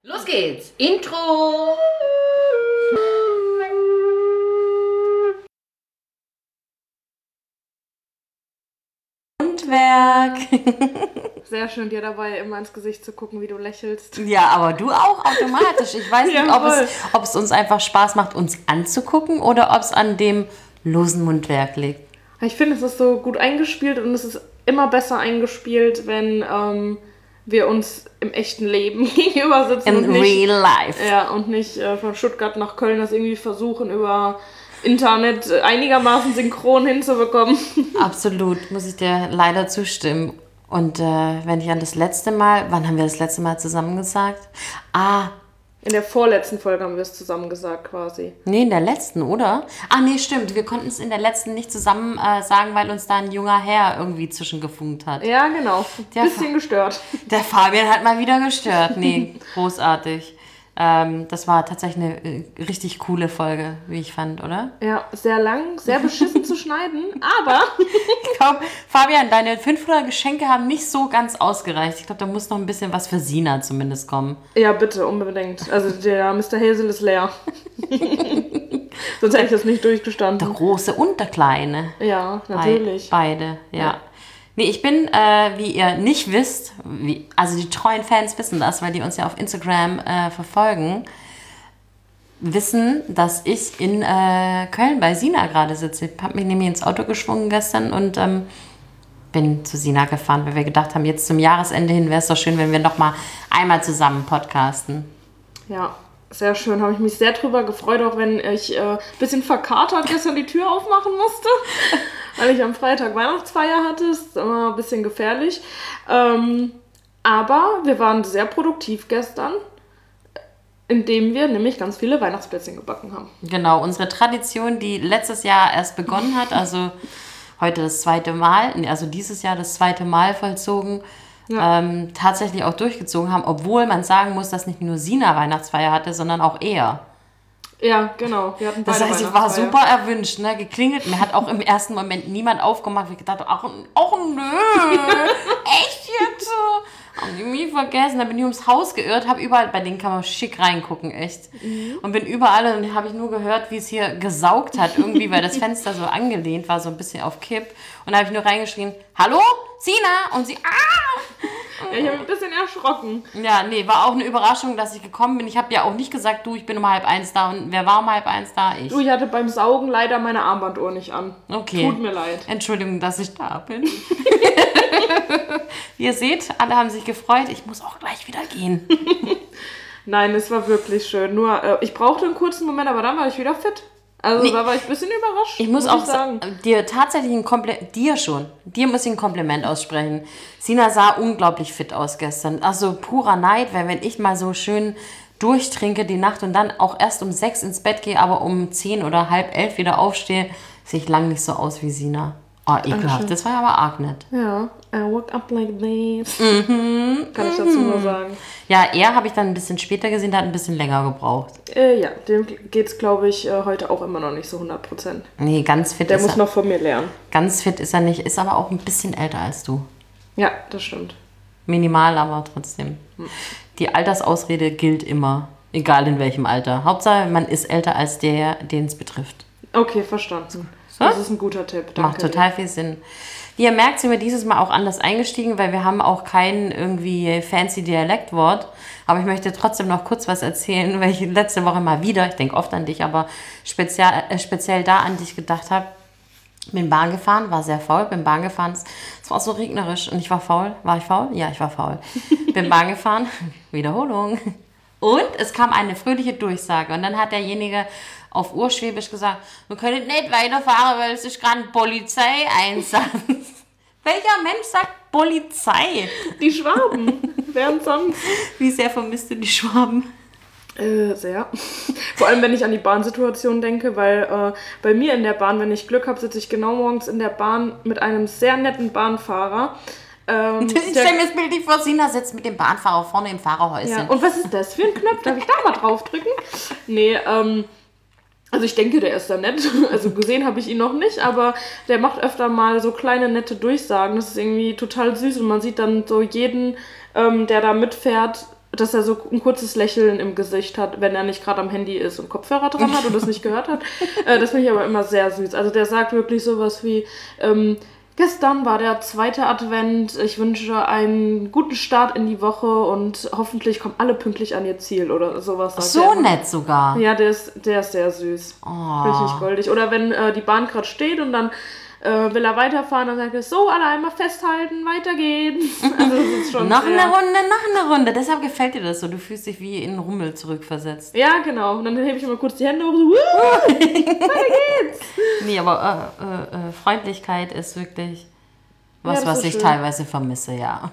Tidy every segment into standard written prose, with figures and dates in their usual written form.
Los geht's! Intro! Mundwerk. Sehr schön, dir dabei immer ins Gesicht zu gucken, wie du lächelst. Ja, aber du auch automatisch. Ich weiß nicht, ob es uns einfach Spaß macht, uns anzugucken oder ob es an dem losen Mundwerk liegt. Ich finde, es ist so gut eingespielt und es ist immer besser eingespielt, wenn wir uns im echten Leben gegenüber sitzen. In real life. Ja, und nicht von Stuttgart nach Köln das irgendwie versuchen, über Internet einigermaßen synchron hinzubekommen. Absolut, muss ich dir leider zustimmen. Und wenn ich an das letzte Mal, wann haben wir das letzte Mal zusammen gesagt? In der vorletzten Folge haben wir es zusammen gesagt quasi. Nee, in der letzten, oder? Nee, stimmt. Wir konnten es in der letzten nicht zusammen sagen, weil uns da ein junger Herr irgendwie zwischengefunkt hat. Ja, genau. Bisschen gestört. Der Fabian hat mal wieder gestört. Nee, großartig. Das war tatsächlich eine richtig coole Folge, wie ich fand, oder? Ja, sehr lang, sehr beschissen zu schneiden, aber... Ich glaube, Fabian, deine 500 Geschenke haben nicht so ganz ausgereicht. Ich glaube, da muss noch ein bisschen was für Sina zumindest kommen. Ja, bitte, unbedingt. Also der Mr. Hazel ist leer. Sonst hätte ich das nicht durchgestanden. Der Große und der Kleine. Ja, natürlich. Beide, ja. Nee, ich bin, wie ihr nicht wisst, also die treuen Fans wissen das, weil die uns ja auf Instagram verfolgen, wissen, dass ich in Köln bei Sina gerade sitze. Ich habe mich nämlich ins Auto geschwungen gestern und bin zu Sina gefahren, weil wir gedacht haben, jetzt zum Jahresende hin wäre es doch schön, wenn wir noch mal einmal zusammen podcasten. Ja, sehr schön. Habe ich mich sehr drüber gefreut, auch wenn ich ein bisschen verkatert gestern die Tür aufmachen musste. Weil ich am Freitag Weihnachtsfeier hatte, ist immer ein bisschen gefährlich. Aber wir waren sehr produktiv gestern, indem wir nämlich ganz viele Weihnachtsplätzchen gebacken haben. Genau, unsere Tradition, die letztes Jahr erst begonnen hat, also heute das zweite Mal, also dieses Jahr das zweite Mal vollzogen, tatsächlich auch durchgezogen haben, obwohl man sagen muss, dass nicht nur Sina Weihnachtsfeier hatte, sondern auch er. Ja, genau. Wir hatten beide das heißt, ich war super erwünscht, ne? Geklingelt. Mir hat auch im ersten Moment niemand aufgemacht. Ich dachte, ach nö, echt jetzt so? Haben die mich vergessen. Dann bin ich ums Haus geirrt, habe überall, bei denen kann man schick reingucken, echt. Und bin überall und habe ich nur gehört, wie es hier gesaugt hat, irgendwie, weil das Fenster so angelehnt war, so ein bisschen auf Kipp. Und da habe ich nur reingeschrien, hallo, Sina? Und sie, Ja, ich habe mich ein bisschen erschrocken. Ja, nee, war auch eine Überraschung, dass ich gekommen bin. Ich habe ja auch nicht gesagt, du, ich bin um 12:30 da. Und wer war um 12:30 da? Ich. Du, ich hatte beim Saugen leider meine Armbanduhr nicht an. Okay. Tut mir leid. Entschuldigung, dass ich da bin. Wie ihr seht, alle haben sich gefreut. Ich muss auch gleich wieder gehen. Nein, es war wirklich schön. Nur, ich brauchte einen kurzen Moment, aber dann war ich wieder fit. Also da war ich ein bisschen überrascht. Ich muss auch sagen, dir tatsächlich dir muss ich ein Kompliment aussprechen. Sina sah unglaublich fit aus gestern. Also purer Neid, weil wenn ich mal so schön durchtrinke die Nacht und dann auch erst um 6 ins Bett gehe, aber um 10 oder 10:30 wieder aufstehe, sehe ich lang nicht so aus wie Sina. Oh, ekelhaft. Das war aber arg nett. Ja, I woke up like this. Kann ich dazu nur sagen. Ja, er habe ich dann ein bisschen später gesehen, der hat ein bisschen länger gebraucht. Ja, dem geht's, glaube ich, heute auch immer noch nicht so 100%. Nee, ganz fit Der muss noch von mir lernen. Ganz fit ist er nicht, ist aber auch ein bisschen älter als du. Ja, das stimmt. Minimal, aber trotzdem. Die Altersausrede gilt immer, egal in welchem Alter. Hauptsache, man ist älter als der, den es betrifft. Okay, verstanden. So? Das ist ein guter Tipp. Danke. Macht total viel Sinn. Wie ihr merkt, sind wir dieses Mal auch anders eingestiegen, weil wir haben auch kein irgendwie fancy Dialektwort. Aber ich möchte trotzdem noch kurz was erzählen, weil ich letzte Woche mal wieder, ich denke oft an dich, aber speziell da an dich gedacht habe. Bin Bahn gefahren, war sehr faul, bin Bahn gefahren, es war so regnerisch und ich war faul. War ich faul? Ja, ich war faul. Bin Bahn gefahren, Wiederholung. Und es kam eine fröhliche Durchsage und dann hat derjenige auf Urschwäbisch gesagt, wir können nicht weiterfahren, weil es ist gerade ein Polizeieinsatz. Welcher Mensch sagt Polizei? Die Schwaben. Wer sonst? Wie sehr vermisst du die Schwaben? Sehr. Vor allem, wenn ich an die Bahnsituation denke, weil bei mir in der Bahn, wenn ich Glück habe, sitze ich genau morgens in der Bahn mit einem sehr netten Bahnfahrer. Ich stelle mir das Bild nicht vor, Sina sitzt mit dem Bahnfahrer vorne im Fahrerhäuschen. Ja. Und was ist das für ein Knopf? Darf ich da mal draufdrücken? Nee, also ich denke, der ist da nett. Also gesehen habe ich ihn noch nicht, aber der macht öfter mal so kleine, nette Durchsagen. Das ist irgendwie total süß und man sieht dann so jeden, der da mitfährt, dass er so ein kurzes Lächeln im Gesicht hat, wenn er nicht gerade am Handy ist und Kopfhörer dran hat und das nicht gehört hat. Das finde ich aber immer sehr süß. Also der sagt wirklich sowas wie, gestern war der 2. Advent, ich wünsche einen guten Start in die Woche und hoffentlich kommen alle pünktlich an ihr Ziel oder sowas. Sagt So er immer. nett sogar. Ja, der ist sehr süß. Richtig goldig. Oder wenn die Bahn gerade steht und dann will er weiterfahren, dann sagt er, so, alle einmal festhalten, weiter geht's. Also das ist schon Noch sehr... eine Runde. Deshalb gefällt dir das so. Du fühlst dich wie in einen Rummel zurückversetzt. Ja, genau. Und dann hebe ich immer kurz die Hände hoch, so, weiter geht's. Nee, aber Freundlichkeit ist wirklich was, das was ist ich schön. teilweise vermisse, ja.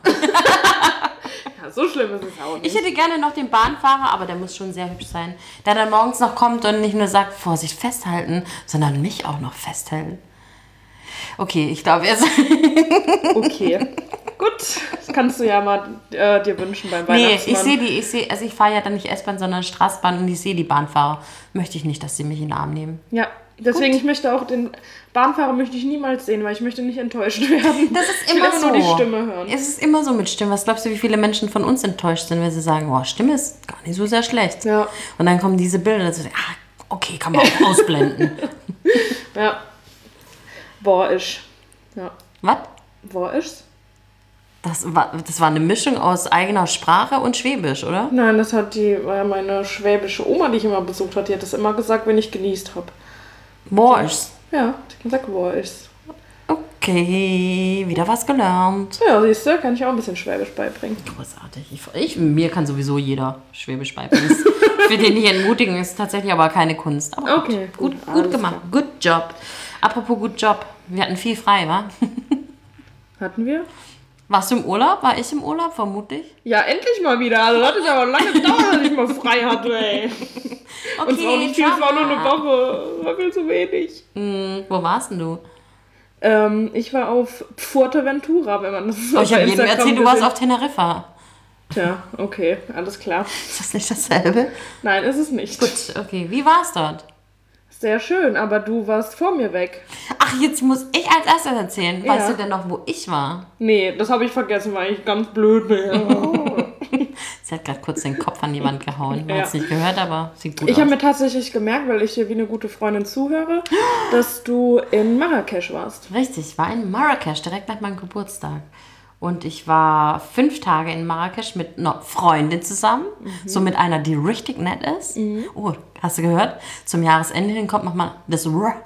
Ja, so schlimm ist es auch nicht. Ich hätte gerne noch den Bahnfahrer, aber der muss schon sehr hübsch sein. Der dann morgens noch kommt und nicht nur sagt, Vorsicht, festhalten, sondern mich auch noch festhält. Okay, ich glaube jetzt. Okay. Gut, das kannst du ja mal dir wünschen beim Nee, Weihnachtsmann. ich fahre ja dann nicht S-Bahn, sondern Straßenbahn und ich sehe die Bahnfahrer. Möchte ich nicht, dass sie mich in den Arm nehmen. Ja, deswegen, ich möchte auch den Bahnfahrer möchte ich niemals sehen, weil ich möchte nicht enttäuscht werden. Das ist Ich will immer so. nur die Stimme hören. Es ist immer so mit Stimmen. Was glaubst du, wie viele Menschen von uns enttäuscht sind, wenn sie sagen, boah, Stimme ist gar nicht so sehr schlecht. Ja. Und dann kommen diese Bilder, dass du denkst, okay, kann man auch ausblenden. Ja. Boah-isch. Ja. Was? Boah-isch? Das war eine Mischung aus eigener Sprache und Schwäbisch, oder? Nein, das war meine schwäbische Oma, die ich immer besucht hat. Die hat das immer gesagt, wenn ich genießt habe. Morsch. Ja, die hat gesagt, boah-isch. Okay, wieder was gelernt. Ja, siehst du, kann ich auch ein bisschen Schwäbisch beibringen. Großartig. Mir kann sowieso jeder Schwäbisch beibringen. Für den nicht entmutigen ist tatsächlich aber keine Kunst. Aber Okay, gut alles gemacht. Good job. Apropos Good Job. Wir hatten viel frei, wa? Hatten wir? Warst du im Urlaub? War ich im Urlaub? Vermutlich. Ja, endlich mal wieder. Also das ist aber lange gedauert, dass ich mal frei hatte, ey. Und es war auch nicht viel, es war nur eine Woche. War viel zu wenig. Wo warst denn du? Ich war auf Fuerteventura, wenn man das so Ich habe jedem erzählt, du warst auf Teneriffa. Tja, okay, alles klar. Ist das nicht dasselbe? Nein, ist es nicht. Gut, okay. Wie war es dort? Sehr schön, aber du warst vor mir weg. Ach, jetzt muss ich als erstes erzählen. Ja. Weißt du denn noch, wo ich war? Nee, das habe ich vergessen, weil ich ganz blöd bin. Sie hat gerade kurz den Kopf an die Wand gehauen. Man Ja. hat es nicht gehört, aber sieht gut Ich aus. habe mir tatsächlich gemerkt, weil ich hier wie eine gute Freundin zuhöre, dass du in Marrakesch warst. Richtig, ich war in Marrakesch, direkt nach meinem Geburtstag. Und ich war 5 Tage in Marrakesch mit einer Freundin zusammen. So mit einer, die richtig nett ist. Oh, hast du gehört? Zum Jahresende hin kommt nochmal das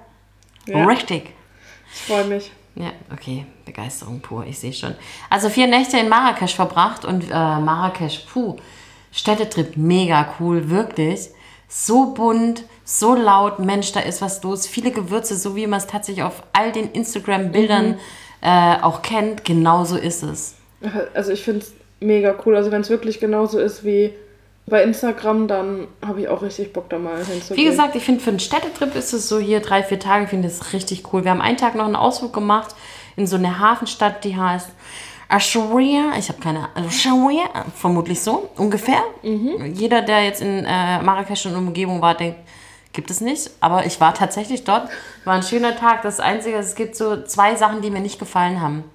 Ja. richtig. Ich freue mich. Ja, okay, Begeisterung pur, ich sehe schon. Also 4 Nächte in Marrakesch verbracht und Marrakesch, Städtetrip, mega cool, wirklich. So bunt, so laut, Mensch, da ist was los. Viele Gewürze, so wie man es tatsächlich auf all den Instagram-Bildern auch kennt, genauso ist es. Also ich finde es mega cool. Also wenn es wirklich genauso ist wie bei Instagram, dann habe ich auch richtig Bock, da mal hinzugehen. Wie gesagt, ich finde, für einen Städtetrip ist es so hier 3-4 Tage, ich finde das richtig cool. Wir haben einen Tag noch einen Ausflug gemacht in so eine Hafenstadt, die heißt Ashuria. Ich habe keine Ahnung. Ashuria, vermutlich so, ungefähr. Jeder, der jetzt in Marrakesch und Umgebung war, denkt, gibt es nicht. Aber ich war tatsächlich dort. War ein schöner Tag. Das Einzige, es gibt so 2 Sachen, die mir nicht gefallen haben.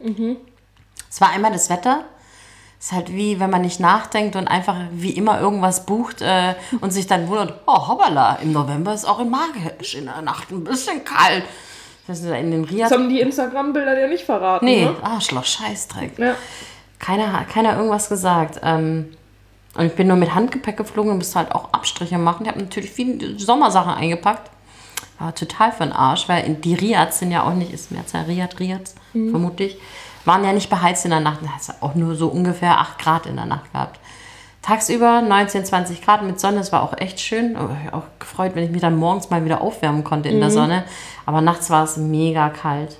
Es war einmal das Wetter. Es ist halt wie, wenn man nicht nachdenkt und einfach wie immer irgendwas bucht und sich dann wundert, oh hoppala, im November ist auch in Marrakesch in der Nacht ein bisschen kalt. Das ist in den Das Riad. haben die Instagram-Bilder dir nicht verraten, Nee, ne? Arschloch, Scheißdreck. Ja. Keiner irgendwas gesagt. Und ich bin nur mit Handgepäck geflogen und musste halt auch Abstriche machen. Ich habe natürlich viele Sommersachen eingepackt. War total für den Arsch, weil die Riads sind ja auch nicht, ist Mehrzahl Riads, vermutlich, waren ja nicht beheizt in der Nacht. Da hat es auch nur so ungefähr 8 Grad in der Nacht gehabt. Tagsüber 19, 20 Grad mit Sonne, es war auch echt schön. Aber ich habe auch gefreut, wenn ich mich dann morgens mal wieder aufwärmen konnte in der Sonne. Aber nachts war es mega kalt.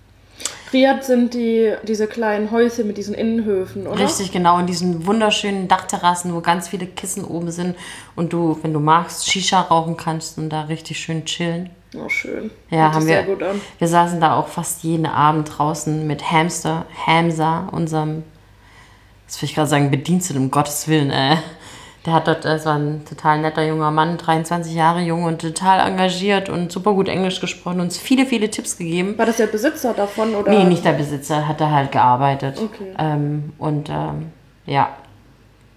Riad sind diese kleinen Häuschen mit diesen Innenhöfen, oder? Richtig, genau. In diesen wunderschönen Dachterrassen, wo ganz viele Kissen oben sind und du, wenn du magst, Shisha rauchen kannst und da richtig schön chillen. Oh, schön. Ja, Hört sich haben sehr wir. gut an. Wir saßen da auch fast jeden Abend draußen mit Hamza, unserem, das will ich gerade sagen, Bediensteten, um Gottes Willen. Der hat dort, das war ein total netter junger Mann, 23 Jahre jung und total engagiert und super gut Englisch gesprochen und uns viele, viele Tipps gegeben. War das der Besitzer davon, oder? Nee, nicht der Besitzer, hat da halt gearbeitet. Okay. Ja,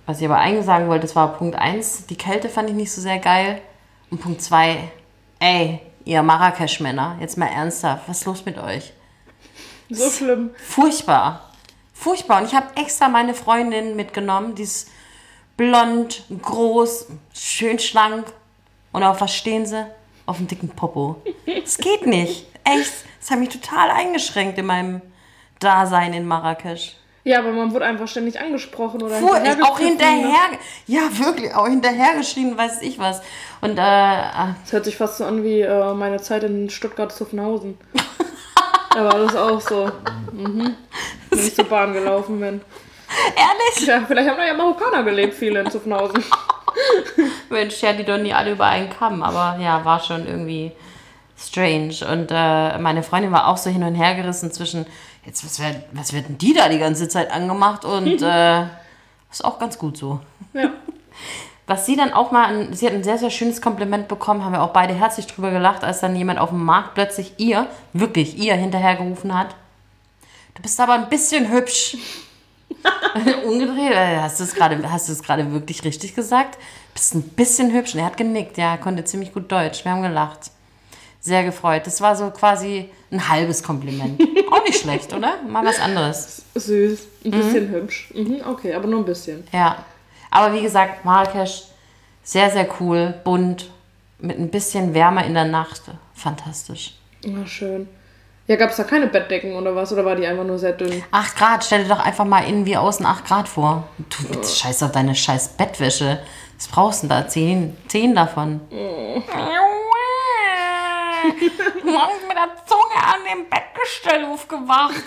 Was ich aber eigentlich sagen wollte, das war Punkt 1, die Kälte fand ich nicht so sehr geil. Und Punkt 2, ey, ihr Marrakesch-Männer, jetzt mal ernsthaft, was ist los mit euch? So schlimm. Furchtbar. Furchtbar. Und ich habe extra meine Freundin mitgenommen, die ist blond, groß, schön schlank. Und auf was stehen sie? Auf einem dicken Popo. Das geht nicht. Echt. Das hat mich total eingeschränkt in meinem Dasein in Marrakesch. Ja, aber man wurde einfach ständig angesprochen oder Auch hinterher, ja wirklich, auch hinterhergeschrien, weiß ich was. Und das hört sich fast so an wie meine Zeit in Stuttgart-Zuffenhausen. Da war das auch so. Wenn ich zur Bahn gelaufen bin. Ehrlich? Ja, vielleicht haben da ja Marokkaner gelebt, viele in Zuffenhausen. Mensch, ja, die doch nie alle über einen Kamm, aber ja, war schon irgendwie strange. Und meine Freundin war auch so hin und her gerissen zwischen, jetzt, was wird denn die da die ganze Zeit angemacht? Und ist auch ganz gut so. Ja. Was sie dann auch mal, sie hat ein sehr, sehr schönes Kompliment bekommen, haben wir auch beide herzlich drüber gelacht, als dann jemand auf dem Markt plötzlich ihr hinterhergerufen hat. Du bist aber ein bisschen hübsch. Umgedreht, hast du es gerade wirklich richtig gesagt? Bist ein bisschen hübsch. Und er hat genickt, ja, er konnte ziemlich gut Deutsch. Wir haben gelacht. Sehr gefreut. Das war so quasi ein halbes Kompliment. Auch nicht schlecht, oder? Mal was anderes. Süß. Ein bisschen hübsch. Okay, aber nur ein bisschen. Ja. Aber wie gesagt, Marrakesch, sehr, sehr cool, bunt, mit ein bisschen Wärme in der Nacht. Fantastisch. Na, schön. Ja, gab es da keine Bettdecken oder was? Oder war die einfach nur sehr dünn? 8 Grad, stell dir doch einfach mal innen wie außen 8 Grad vor. Du bitte scheiß auf deine scheiß Bettwäsche. Was brauchst du denn da? 10 davon. Morgens mit der Zunge an dem Bettgestell aufgewacht.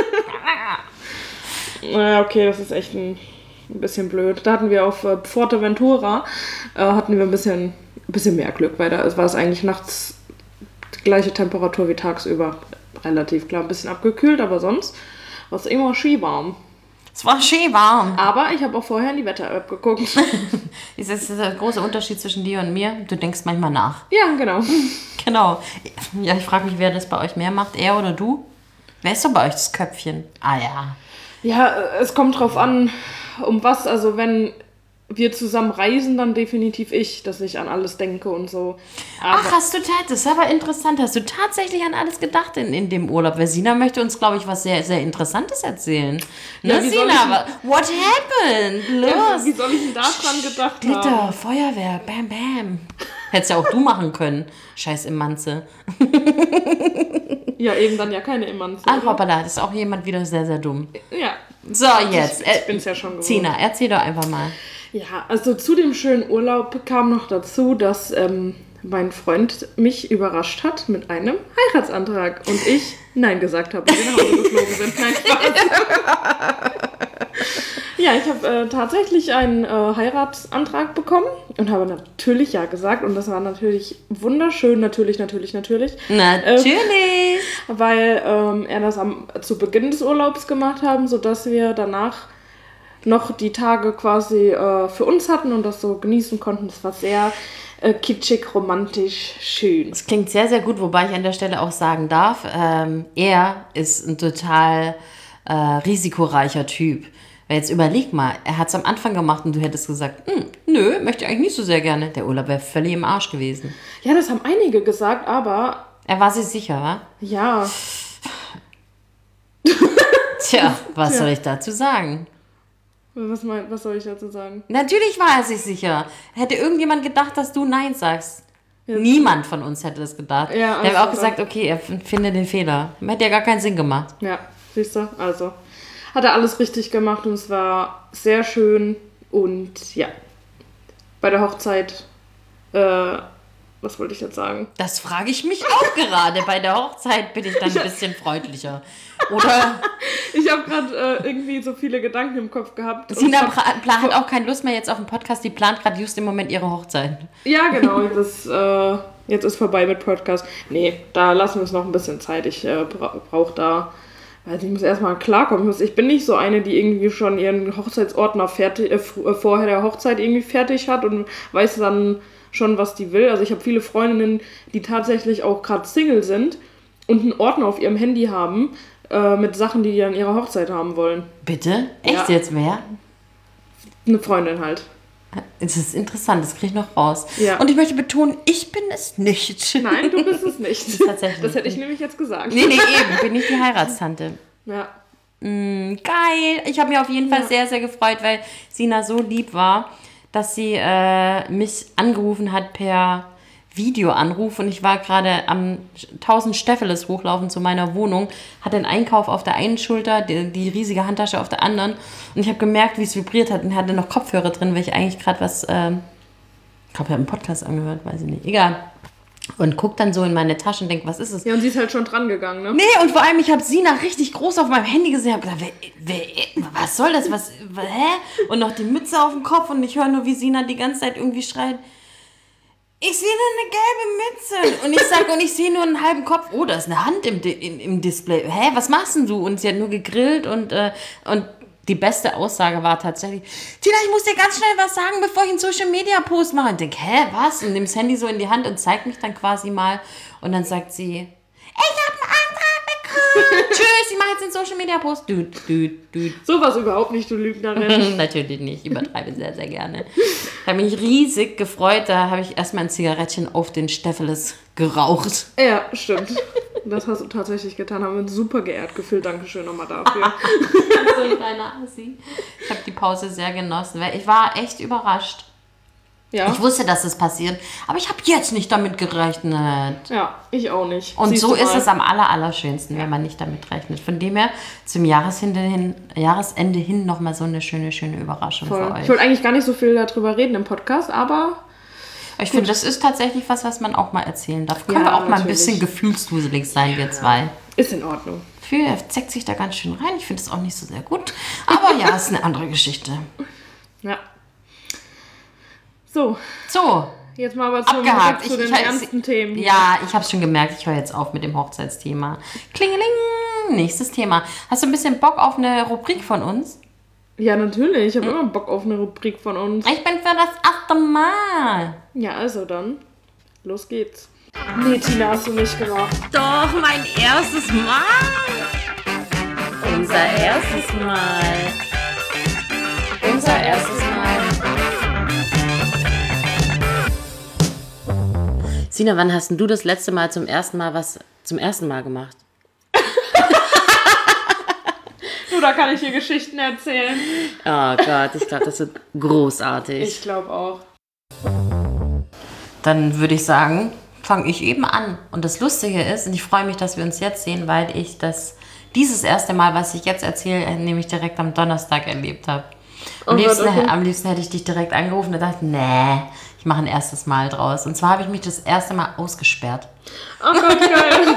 Naja, okay, das ist echt ein bisschen blöd. Da hatten wir auf Fuerteventura hatten wir ein bisschen mehr Glück, weil da war es eigentlich nachts die gleiche Temperatur wie tagsüber. Relativ klar, ein bisschen abgekühlt, aber sonst war es immer skiwarm. Es war schön warm. Aber ich habe auch vorher in die Wetter-App geguckt. Das ist der große Unterschied zwischen dir und mir. Du denkst manchmal nach. Ja, genau. Genau. Ja, ich frage mich, wer das bei euch mehr macht, er oder du? Wer ist so bei euch das Köpfchen? Ah ja. Ja, es kommt drauf an, um was. Also wenn wir zusammen reisen, dann definitiv ich, dass ich an alles denke und so. Aber Ach, das ist aber interessant. Hast du tatsächlich an alles gedacht in dem Urlaub? Weil Sina möchte uns, glaube ich, was sehr, sehr Interessantes erzählen. Ja, Ne, Sina? What happened? Los! wie soll ich denn da dran gedacht Glitter, haben? Feuerwerk, bam, bam. Hättest ja auch du machen können. Scheiß Immanze. Ja, eben dann ja keine Emanze. Ach, hoppala, das ist auch jemand wieder sehr, sehr dumm. Ja. So, jetzt. Ich bin's ja schon gewohnt. Sina, erzähl doch einfach mal. Ja, also zu dem schönen Urlaub kam noch dazu, dass mein Freund mich überrascht hat mit einem Heiratsantrag und ich Nein gesagt habe, als wir nach Hause geflogen sind. Nein, Spaß. Ja, ich habe tatsächlich einen Heiratsantrag bekommen und habe natürlich ja gesagt und das war natürlich wunderschön, natürlich. Natürlich. Weil er das zu Beginn des Urlaubs gemacht haben, sodass wir danach noch die Tage quasi für uns hatten und das so genießen konnten. Das war sehr kitschig, romantisch, schön. Das klingt sehr, sehr gut, wobei ich an der Stelle auch sagen darf, er ist ein total risikoreicher Typ. Weil jetzt überleg mal, er hat es am Anfang gemacht und du hättest gesagt, nö, möchte ich eigentlich nicht so sehr gerne. Der Urlaub wäre völlig im Arsch gewesen. Ja, das haben einige gesagt, aber... Er war sich sicher, wa? Ja. Tja, was soll ich dazu sagen? Was soll ich dazu sagen? Natürlich war er sich sicher. Hätte irgendjemand gedacht, dass du Nein sagst? Ja. Niemand von uns hätte das gedacht. Ja, der hat auch gesagt, okay, er findet den Fehler. Hätte ja gar keinen Sinn gemacht. Ja, siehst du, also hat er alles richtig gemacht und es war sehr schön und ja, bei der Hochzeit, was wollte ich jetzt sagen? Das frage ich mich auch gerade. Bei der Hochzeit bin ich dann ein bisschen freundlicher. Oder? Ich habe gerade irgendwie so viele Gedanken im Kopf gehabt. Sina hat auch keine Lust mehr jetzt auf den Podcast. Die plant gerade just im Moment ihre Hochzeit. Ja, genau. Jetzt ist vorbei mit Podcast. Nee, da lassen wir uns noch ein bisschen Zeit. Ich brauche da... Also ich muss erstmal klarkommen. Ich bin nicht so eine, die irgendwie schon ihren Hochzeitsordner vorher der Hochzeit irgendwie fertig hat und weiß dann schon, was die will. Also ich habe viele Freundinnen, die tatsächlich auch gerade Single sind und einen Ordner auf ihrem Handy haben mit Sachen, die an ihrer Hochzeit haben wollen. Bitte? Echt ja. Jetzt mehr? Eine Freundin halt. Das ist interessant, das kriege ich noch raus. Ja. Und ich möchte betonen, ich bin es nicht. Nein, du bist es nicht. Tatsächlich. Das hätte ich nämlich jetzt gesagt. Nee, eben, bin ich die Heiratstante. Ja. Geil. Ich habe mich auf jeden Fall sehr, sehr gefreut, weil Sina so lieb war, dass sie mich angerufen hat per Videoanruf und ich war gerade am 1000 Stepheles hochlaufen zu meiner Wohnung, hatte den Einkauf auf der einen Schulter, die riesige Handtasche auf der anderen und ich habe gemerkt, wie es vibriert hat und hatte noch Kopfhörer drin, weil ich eigentlich gerade was, ich glaube, ich habe einen Podcast angehört, weiß ich nicht, egal. Und guck dann so in meine Tasche und denk, was ist es? Ja, und sie ist halt schon dran gegangen, ne? Nee, und vor allem, ich habe Sina richtig groß auf meinem Handy gesehen. Ich habe gedacht, was soll das? Hä? Und noch die Mütze auf dem Kopf und ich höre nur, wie Sina die ganze Zeit irgendwie schreit, ich sehe nur eine gelbe Mütze. Und ich sage, und ich sehe nur einen halben Kopf. Oh, da ist eine Hand im Display. Hä, was machst denn du? Und sie hat nur gegrillt und die beste Aussage war tatsächlich, Tina, ich muss dir ganz schnell was sagen, bevor ich einen Social-Media-Post mache. Und ich denke, hä, was? Und nimm das Handy so in die Hand und zeigt mich dann quasi mal. Und dann sagt sie, ich habe einen Antrag bekommen. Tschüss, ich mache jetzt einen Social-Media-Post. Sowas überhaupt nicht, du Lügnerin. Natürlich nicht, ich übertreibe sehr, sehr gerne. Ich habe mich riesig gefreut, da habe ich erstmal ein Zigarettchen auf den Stepheles geraucht. Ja, stimmt. Das hast du tatsächlich getan, haben wir uns super geehrt gefühlt. Dankeschön nochmal dafür. So ein kleiner Assi. Ich habe die Pause sehr genossen, weil ich war echt überrascht. Ja. Ich wusste, dass es passiert, aber ich habe jetzt nicht damit gerechnet. Ja, ich auch nicht. Und Siehst so du ist mal. es am allerschönsten, wenn man nicht damit rechnet. Von dem her zum Jahresende hin nochmal so eine schöne Überraschung für euch. Ich wollte eigentlich gar nicht so viel darüber reden im Podcast, aber Ich finde, das ist tatsächlich was man auch mal erzählen darf. Können wir auch mal ein natürlich. bisschen gefühlsduselig sein, wir zwei. ist in Ordnung. Er zeckt sich da ganz schön rein. Ich finde es auch nicht so sehr gut. Aber ja, ist eine andere Geschichte. Ja. So, So, jetzt mal aber abgehakt. zu den ernsten Themen. Ja, ich habe schon gemerkt, ich höre jetzt auf mit dem Hochzeitsthema. Klingeling, nächstes Thema. Hast du ein bisschen Bock auf eine Rubrik von uns? Ja, natürlich. Ich habe immer Bock auf eine Rubrik von uns. Ich bin für das 8. Mal. Ja, also dann, los geht's. Nee, Tina, hast du nicht gemacht. Doch, mein erstes Mal. Unser erstes Mal. Unser erstes Mal. Sina, wann hast denn du das letzte Mal zum ersten Mal was zum ersten Mal gemacht? Du, da kann ich dir Geschichten erzählen. Oh Gott, ich glaube, das wird großartig. Ich glaube auch. Dann würde ich sagen, fange ich eben an. Und das Lustige ist, und ich freue mich, dass wir uns jetzt sehen, weil ich dieses erste Mal, was ich jetzt erzähle, nämlich direkt am Donnerstag erlebt habe. Am liebsten hätte ich dich direkt angerufen und dachte, nee, ich mache ein erstes Mal draus. Und zwar habe ich mich das erste Mal ausgesperrt. Oh Gott, geil.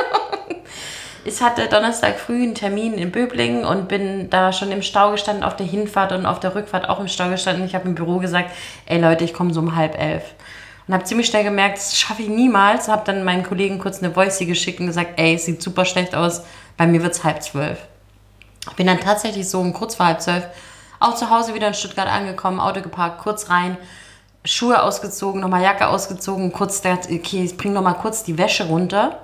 Ich hatte Donnerstag früh einen Termin in Böblingen und bin da schon im Stau gestanden, auf der Hinfahrt und auf der Rückfahrt auch im Stau gestanden. Ich habe im Büro gesagt, ey Leute, ich komme so um 10:30. Und habe ziemlich schnell gemerkt, das schaffe ich niemals. Habe dann meinen Kollegen kurz eine Voice geschickt und gesagt, ey, es sieht super schlecht aus, bei mir wird es 11:30. Ich bin dann tatsächlich so um kurz vor 11:30 auch zu Hause wieder in Stuttgart angekommen, Auto geparkt, kurz rein, Schuhe ausgezogen, nochmal Jacke ausgezogen, kurz gedacht, okay, ich bringe nochmal kurz die Wäsche runter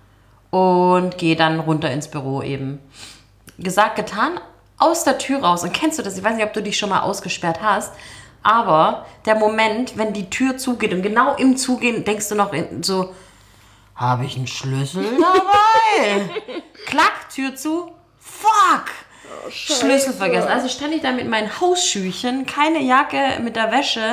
und gehe dann runter ins Büro eben. Gesagt, getan, aus der Tür raus. Und kennst du das? Ich weiß nicht, ob du dich schon mal ausgesperrt hast, aber der Moment, wenn die Tür zugeht und genau im Zugehen denkst du noch so, habe ich einen Schlüssel dabei? Klack, Tür zu, fuck! Oh, Schlüssel vergessen. Also stand ich da mit meinen Hausschuhchen, keine Jacke mit der Wäsche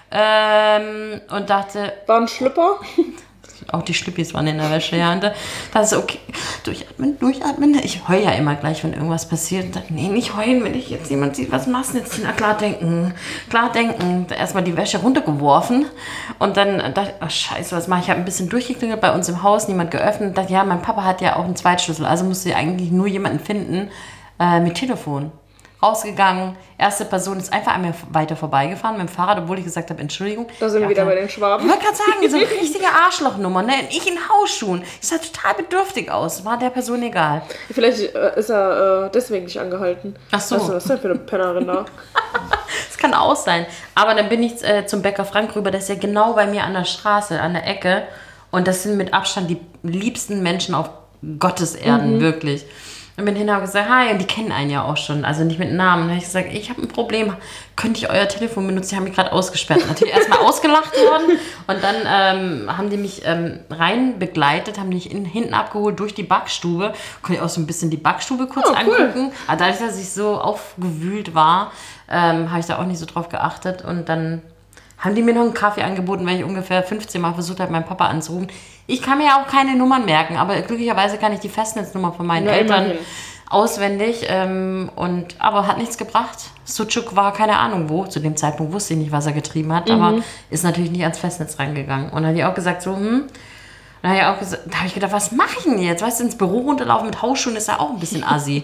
und dachte, War ein Schlüpper? auch die Schlüppis waren in der Wäsche, ja. Und da dachte ich, okay, durchatmen. Ich heule ja immer gleich, wenn irgendwas passiert. Und dachte, nee, nicht heulen, wenn ich jetzt jemand sieht, was machst du jetzt? Na, klar denken. Erstmal die Wäsche runtergeworfen und dann dachte ich, oh scheiße, was mache ich? Ich habe ein bisschen durchgeklingelt bei uns im Haus, niemand geöffnet. Dachte, ja, mein Papa hat ja auch einen Zweitschlüssel, also musste ich eigentlich nur jemanden finden mit Telefon. Rausgegangen, erste Person ist einfach an mir weiter vorbeigefahren mit dem Fahrrad, obwohl ich gesagt habe, Entschuldigung. Da sind wir wieder bei den Schwaben. Ich wollte gerade sagen, so eine richtige Arschlochnummer, ne? Ich in Hausschuhen. Ich sah total bedürftig aus. War der Person egal. Vielleicht ist er deswegen nicht angehalten. Ach so. Was ist das denn für eine Pennerin da? Das kann auch sein. Aber dann bin ich zum Bäcker Frank rüber. Das ist ja genau bei mir an der Straße, an der Ecke. Und das sind mit Abstand die liebsten Menschen auf Gottes Erden, wirklich. Und bin hinterher gesagt, hi, und die kennen einen ja auch schon, also nicht mit Namen. Dann habe ich gesagt, ich habe ein Problem, könnte ich euer Telefon benutzen? Die haben mich gerade ausgesperrt. Natürlich erstmal ausgelacht worden und dann haben die mich rein begleitet, haben mich hinten abgeholt durch die Backstube. Konnte ich auch so ein bisschen die Backstube kurz angucken. Aber dadurch, dass ich so aufgewühlt war, habe ich da auch nicht so drauf geachtet und dann haben die mir noch einen Kaffee angeboten, weil ich ungefähr 15 Mal versucht habe, meinen Papa anzurufen. Ich kann mir ja auch keine Nummern merken, aber glücklicherweise kann ich die Festnetznummer von meinen Eltern auswendig. Aber hat nichts gebracht. Sucuk war keine Ahnung wo. Zu dem Zeitpunkt wusste ich nicht, was er getrieben hat, aber ist natürlich nicht ans Festnetz rangegangen. Und dann hat die auch gesagt, so, da habe ich gedacht, was mache ich denn jetzt? Weißt du, ins Büro runterlaufen mit Hausschuhen ist ja auch ein bisschen assi.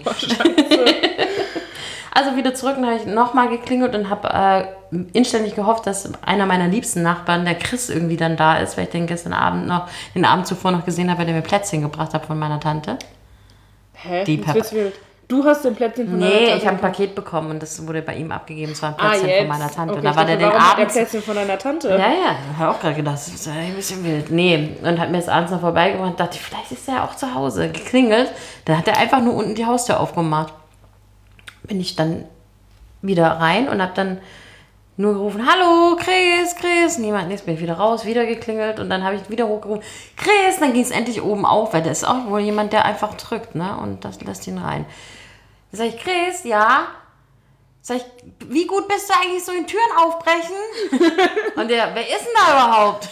Also wieder zurück, dann habe ich nochmal geklingelt und habe inständig gehofft, dass einer meiner liebsten Nachbarn, der Chris, irgendwie dann da ist, weil ich den gestern Abend den Abend zuvor noch gesehen habe, weil der mir Plätzchen gebracht hat von meiner Tante. Hä? Du hast den Plätzchen von deiner Tante? Nee, ich habe ein Paket bekommen und das wurde bei ihm abgegeben. Es war ein Plätzchen von meiner Tante. Okay, und da war der den Abend. Abend. Der Plätzchen von deiner Tante? Ja, habe auch gerade gedacht, das ist ein bisschen wild. Nee, und hat mir das abends noch vorbeigebracht und dachte, vielleicht ist er ja auch zu Hause. Geklingelt, dann hat er einfach nur unten die Haustür aufgemacht. Bin ich dann wieder rein und habe dann nur gerufen, hallo, Chris, niemand, nichts, bin ich wieder raus, wieder geklingelt und dann habe ich wieder hochgerufen, Chris, dann ging es endlich oben auf, weil da ist auch wohl jemand, der einfach drückt, ne, und das lässt ihn rein. Dann sage ich, Chris, ja? Sag ich, wie gut bist du eigentlich so in Türen aufbrechen? Und der, wer ist denn da überhaupt?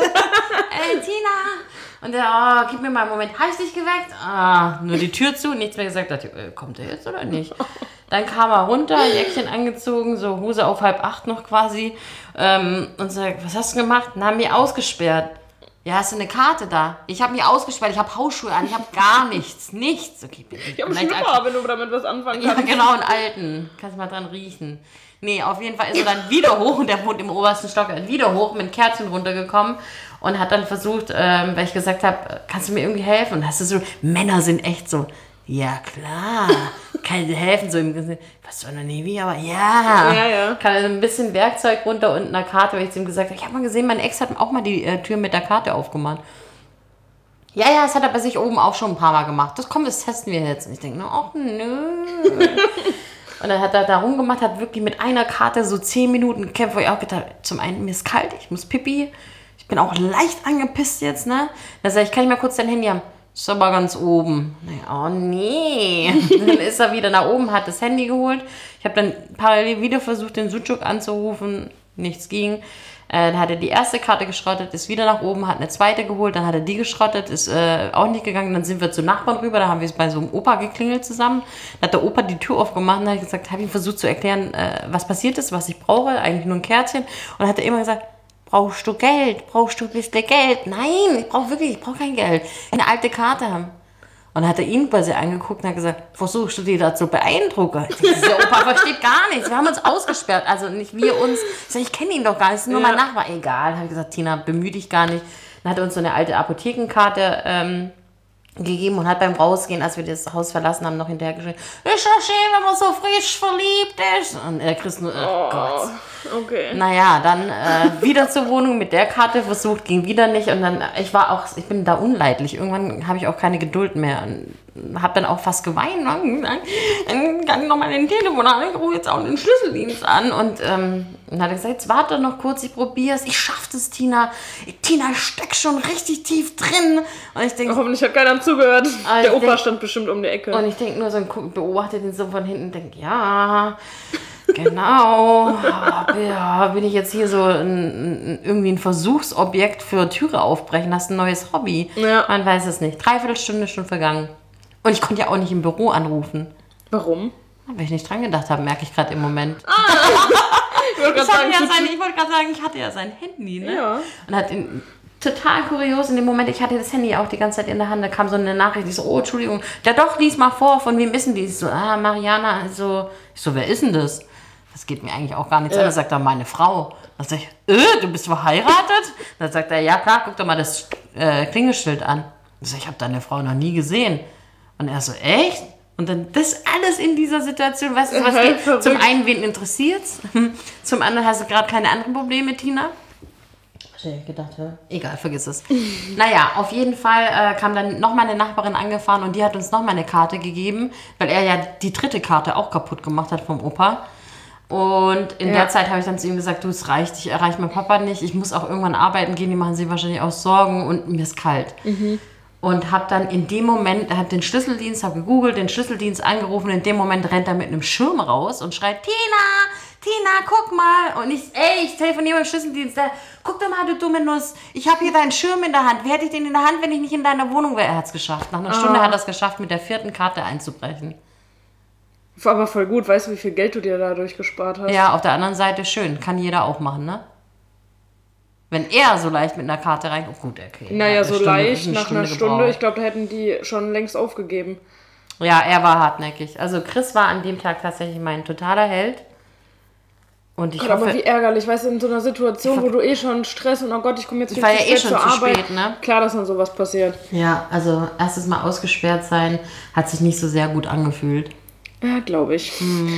Tina. Und der, gib mir mal einen Moment, habe ich dich geweckt? Nur die Tür zu, nichts mehr gesagt. Dachte, kommt der jetzt oder nicht? Dann kam er runter, Jäckchen angezogen, so Hose auf 7:30 noch quasi. Und sagt, was hast du gemacht? Und haben mich ausgesperrt. Ja, hast du eine Karte da? Ich habe mich ausgesperrt, ich habe Hausschuhe an, ich habe gar nichts. Okay, ich habe Schlüpper, wenn du damit was anfangen kannst. Ja, genau, einen alten. Kannst mal dran riechen. Nee, auf jeden Fall ist er dann wieder hoch und der wohnt im obersten Stock, wieder hoch mit Kerzchen runtergekommen und hat dann versucht, weil ich gesagt habe, kannst du mir irgendwie helfen? Und hast du so, Männer sind echt so, ja klar, kann dir helfen, so im Sinne, was für eine Navy, aber ja. Kann ein bisschen Werkzeug runter und eine Karte, weil ich zu ihm gesagt habe, ich habe mal gesehen, mein Ex hat auch mal die Tür mit der Karte aufgemacht. Ja, das hat er bei sich oben auch schon ein paar Mal gemacht. Das testen wir jetzt. Und ich denke, ach nö. Und dann hat er da rumgemacht, hat wirklich mit einer Karte so 10 Minuten gekämpft, wo ich auch gedacht habe, zum einen, mir ist kalt, ich muss pipi, ich bin auch leicht angepisst jetzt, ne? Dann sag ich, kann ich mal kurz dein Handy haben? Ist aber ganz oben. Oh nee. Dann ist er wieder nach oben, hat das Handy geholt. Ich habe dann parallel wieder versucht, den Sucuk anzurufen, nichts ging. Dann hat er die erste Karte geschrottet, ist wieder nach oben, hat eine zweite geholt, dann hat er die geschrottet, ist auch nicht gegangen. Dann sind wir zu Nachbarn rüber, da haben wir es bei so einem Opa geklingelt zusammen. Dann hat der Opa die Tür aufgemacht und hat gesagt, habe ihm versucht zu erklären, was passiert ist, was ich brauche, eigentlich nur ein Kerzchen. Und dann hat er immer gesagt, brauchst du Geld? Brauchst du ein bisschen Geld? Nein, ich brauche kein Geld. Eine alte Karte haben. Und dann hat er ihn quasi angeguckt und hat gesagt, versuchst du die da zu beeindrucken? Dieser Opa versteht gar nichts. Wir haben uns ausgesperrt. Also nicht wir uns. Ich kenne ihn doch gar nicht. Das ist nur mein Nachbar. Egal. Habe ich gesagt, Tina, bemühe dich gar nicht. Dann hat er uns so eine alte Apothekenkarte gegeben und hat beim Rausgehen, als wir das Haus verlassen haben, noch hinterher geschrieben, ist ja schön, wenn man so frisch verliebt ist. Und er Chris nur, oh Gott. Okay. Naja, dann wieder zur Wohnung mit der Karte versucht, ging wieder nicht. Und dann, ich bin da unleidlich. Irgendwann habe ich auch keine Geduld mehr. Und habe dann auch fast geweint. Dann kann ich noch mal den Telefon an, ich rufe jetzt auch den Schlüsseldienst an. Und dann hat er gesagt, jetzt warte noch kurz, ich probiere es. Ich schaffe das, Tina. Tina, ich steck schon richtig tief drin. Und ich denke, hoffentlich hat keiner zugehört. Der Opa stand bestimmt um die Ecke. Und ich denke nur so, beobachte den so von hinten und denke, ja... Genau, bin ich jetzt hier so irgendwie ein Versuchsobjekt für Türe aufbrechen, hast ein neues Hobby. Ja. Man weiß es nicht. 3/4 Stunde schon vergangen. Und ich konnte ja auch nicht im Büro anrufen. Warum? Weil ich nicht dran gedacht habe, merke ich gerade im Moment. Ich wollte gerade sagen, ich hatte ja sein Handy, ne? Ja. Und hat total kurios in dem Moment, ich hatte das Handy auch die ganze Zeit in der Hand, da kam so eine Nachricht, ich so, oh, Entschuldigung, ja doch, lies mal vor, von wem ist denn die? Ich so, Mariana, ich so, wer ist denn das? Das geht mir eigentlich auch gar nichts an. Da sagt er, meine Frau. Dann sag ich, du bist verheiratet? Dann sagt er, ja klar, guck doch mal das Klingelschild an. Ich sag, ich habe deine Frau noch nie gesehen. Und er so, echt? Und dann das alles in dieser Situation, weißt du, was geht? Zum einen, wen interessiert's? Zum anderen hast du gerade keine anderen Probleme, Tina? gedacht, egal, vergiss es. Naja, auf jeden Fall kam dann noch mal eine Nachbarin angefahren und die hat uns noch mal eine Karte gegeben, weil er ja die dritte Karte auch kaputt gemacht hat vom Opa. Und in der Zeit habe ich dann zu ihm gesagt, du, es reicht, ich erreiche meinen Papa nicht, ich muss auch irgendwann arbeiten gehen, die machen sich wahrscheinlich auch Sorgen und mir ist kalt. Und habe dann in dem Moment, er hat den Schlüsseldienst, habe gegoogelt, den Schlüsseldienst angerufen, in dem Moment rennt er mit einem Schirm raus und schreit, Tina, guck mal. Und ich telefoniere mit dem Schlüsseldienst. Guck doch mal, du dumme Nuss. Ich habe hier deinen Schirm in der Hand. Wer hätte ich den in der Hand, wenn ich nicht in deiner Wohnung wäre? Er hat es geschafft. Nach einer Stunde hat er es geschafft, mit der 4. Karte einzubrechen. Aber voll gut. Weißt du, wie viel Geld du dir dadurch gespart hast? Ja, auf der anderen Seite schön. Kann jeder auch machen, ne? Wenn er so leicht mit einer Karte reinkommt. Gut, okay. Naja, so leicht, nach einer Stunde. Ich glaube, da hätten die schon längst aufgegeben. Ja, er war hartnäckig. Also Chris war an dem Tag tatsächlich mein totaler Held. Und ich hoffe, aber wie ärgerlich, weißt du, in so einer Situation, wo du schon Stress und oh Gott, ich komme jetzt viel war zu ja eh spät schon zur zu Arbeit. spät, ne? Klar, dass dann sowas passiert. Ja, also erstes Mal ausgesperrt sein hat sich nicht so sehr gut angefühlt. Ja, glaube ich.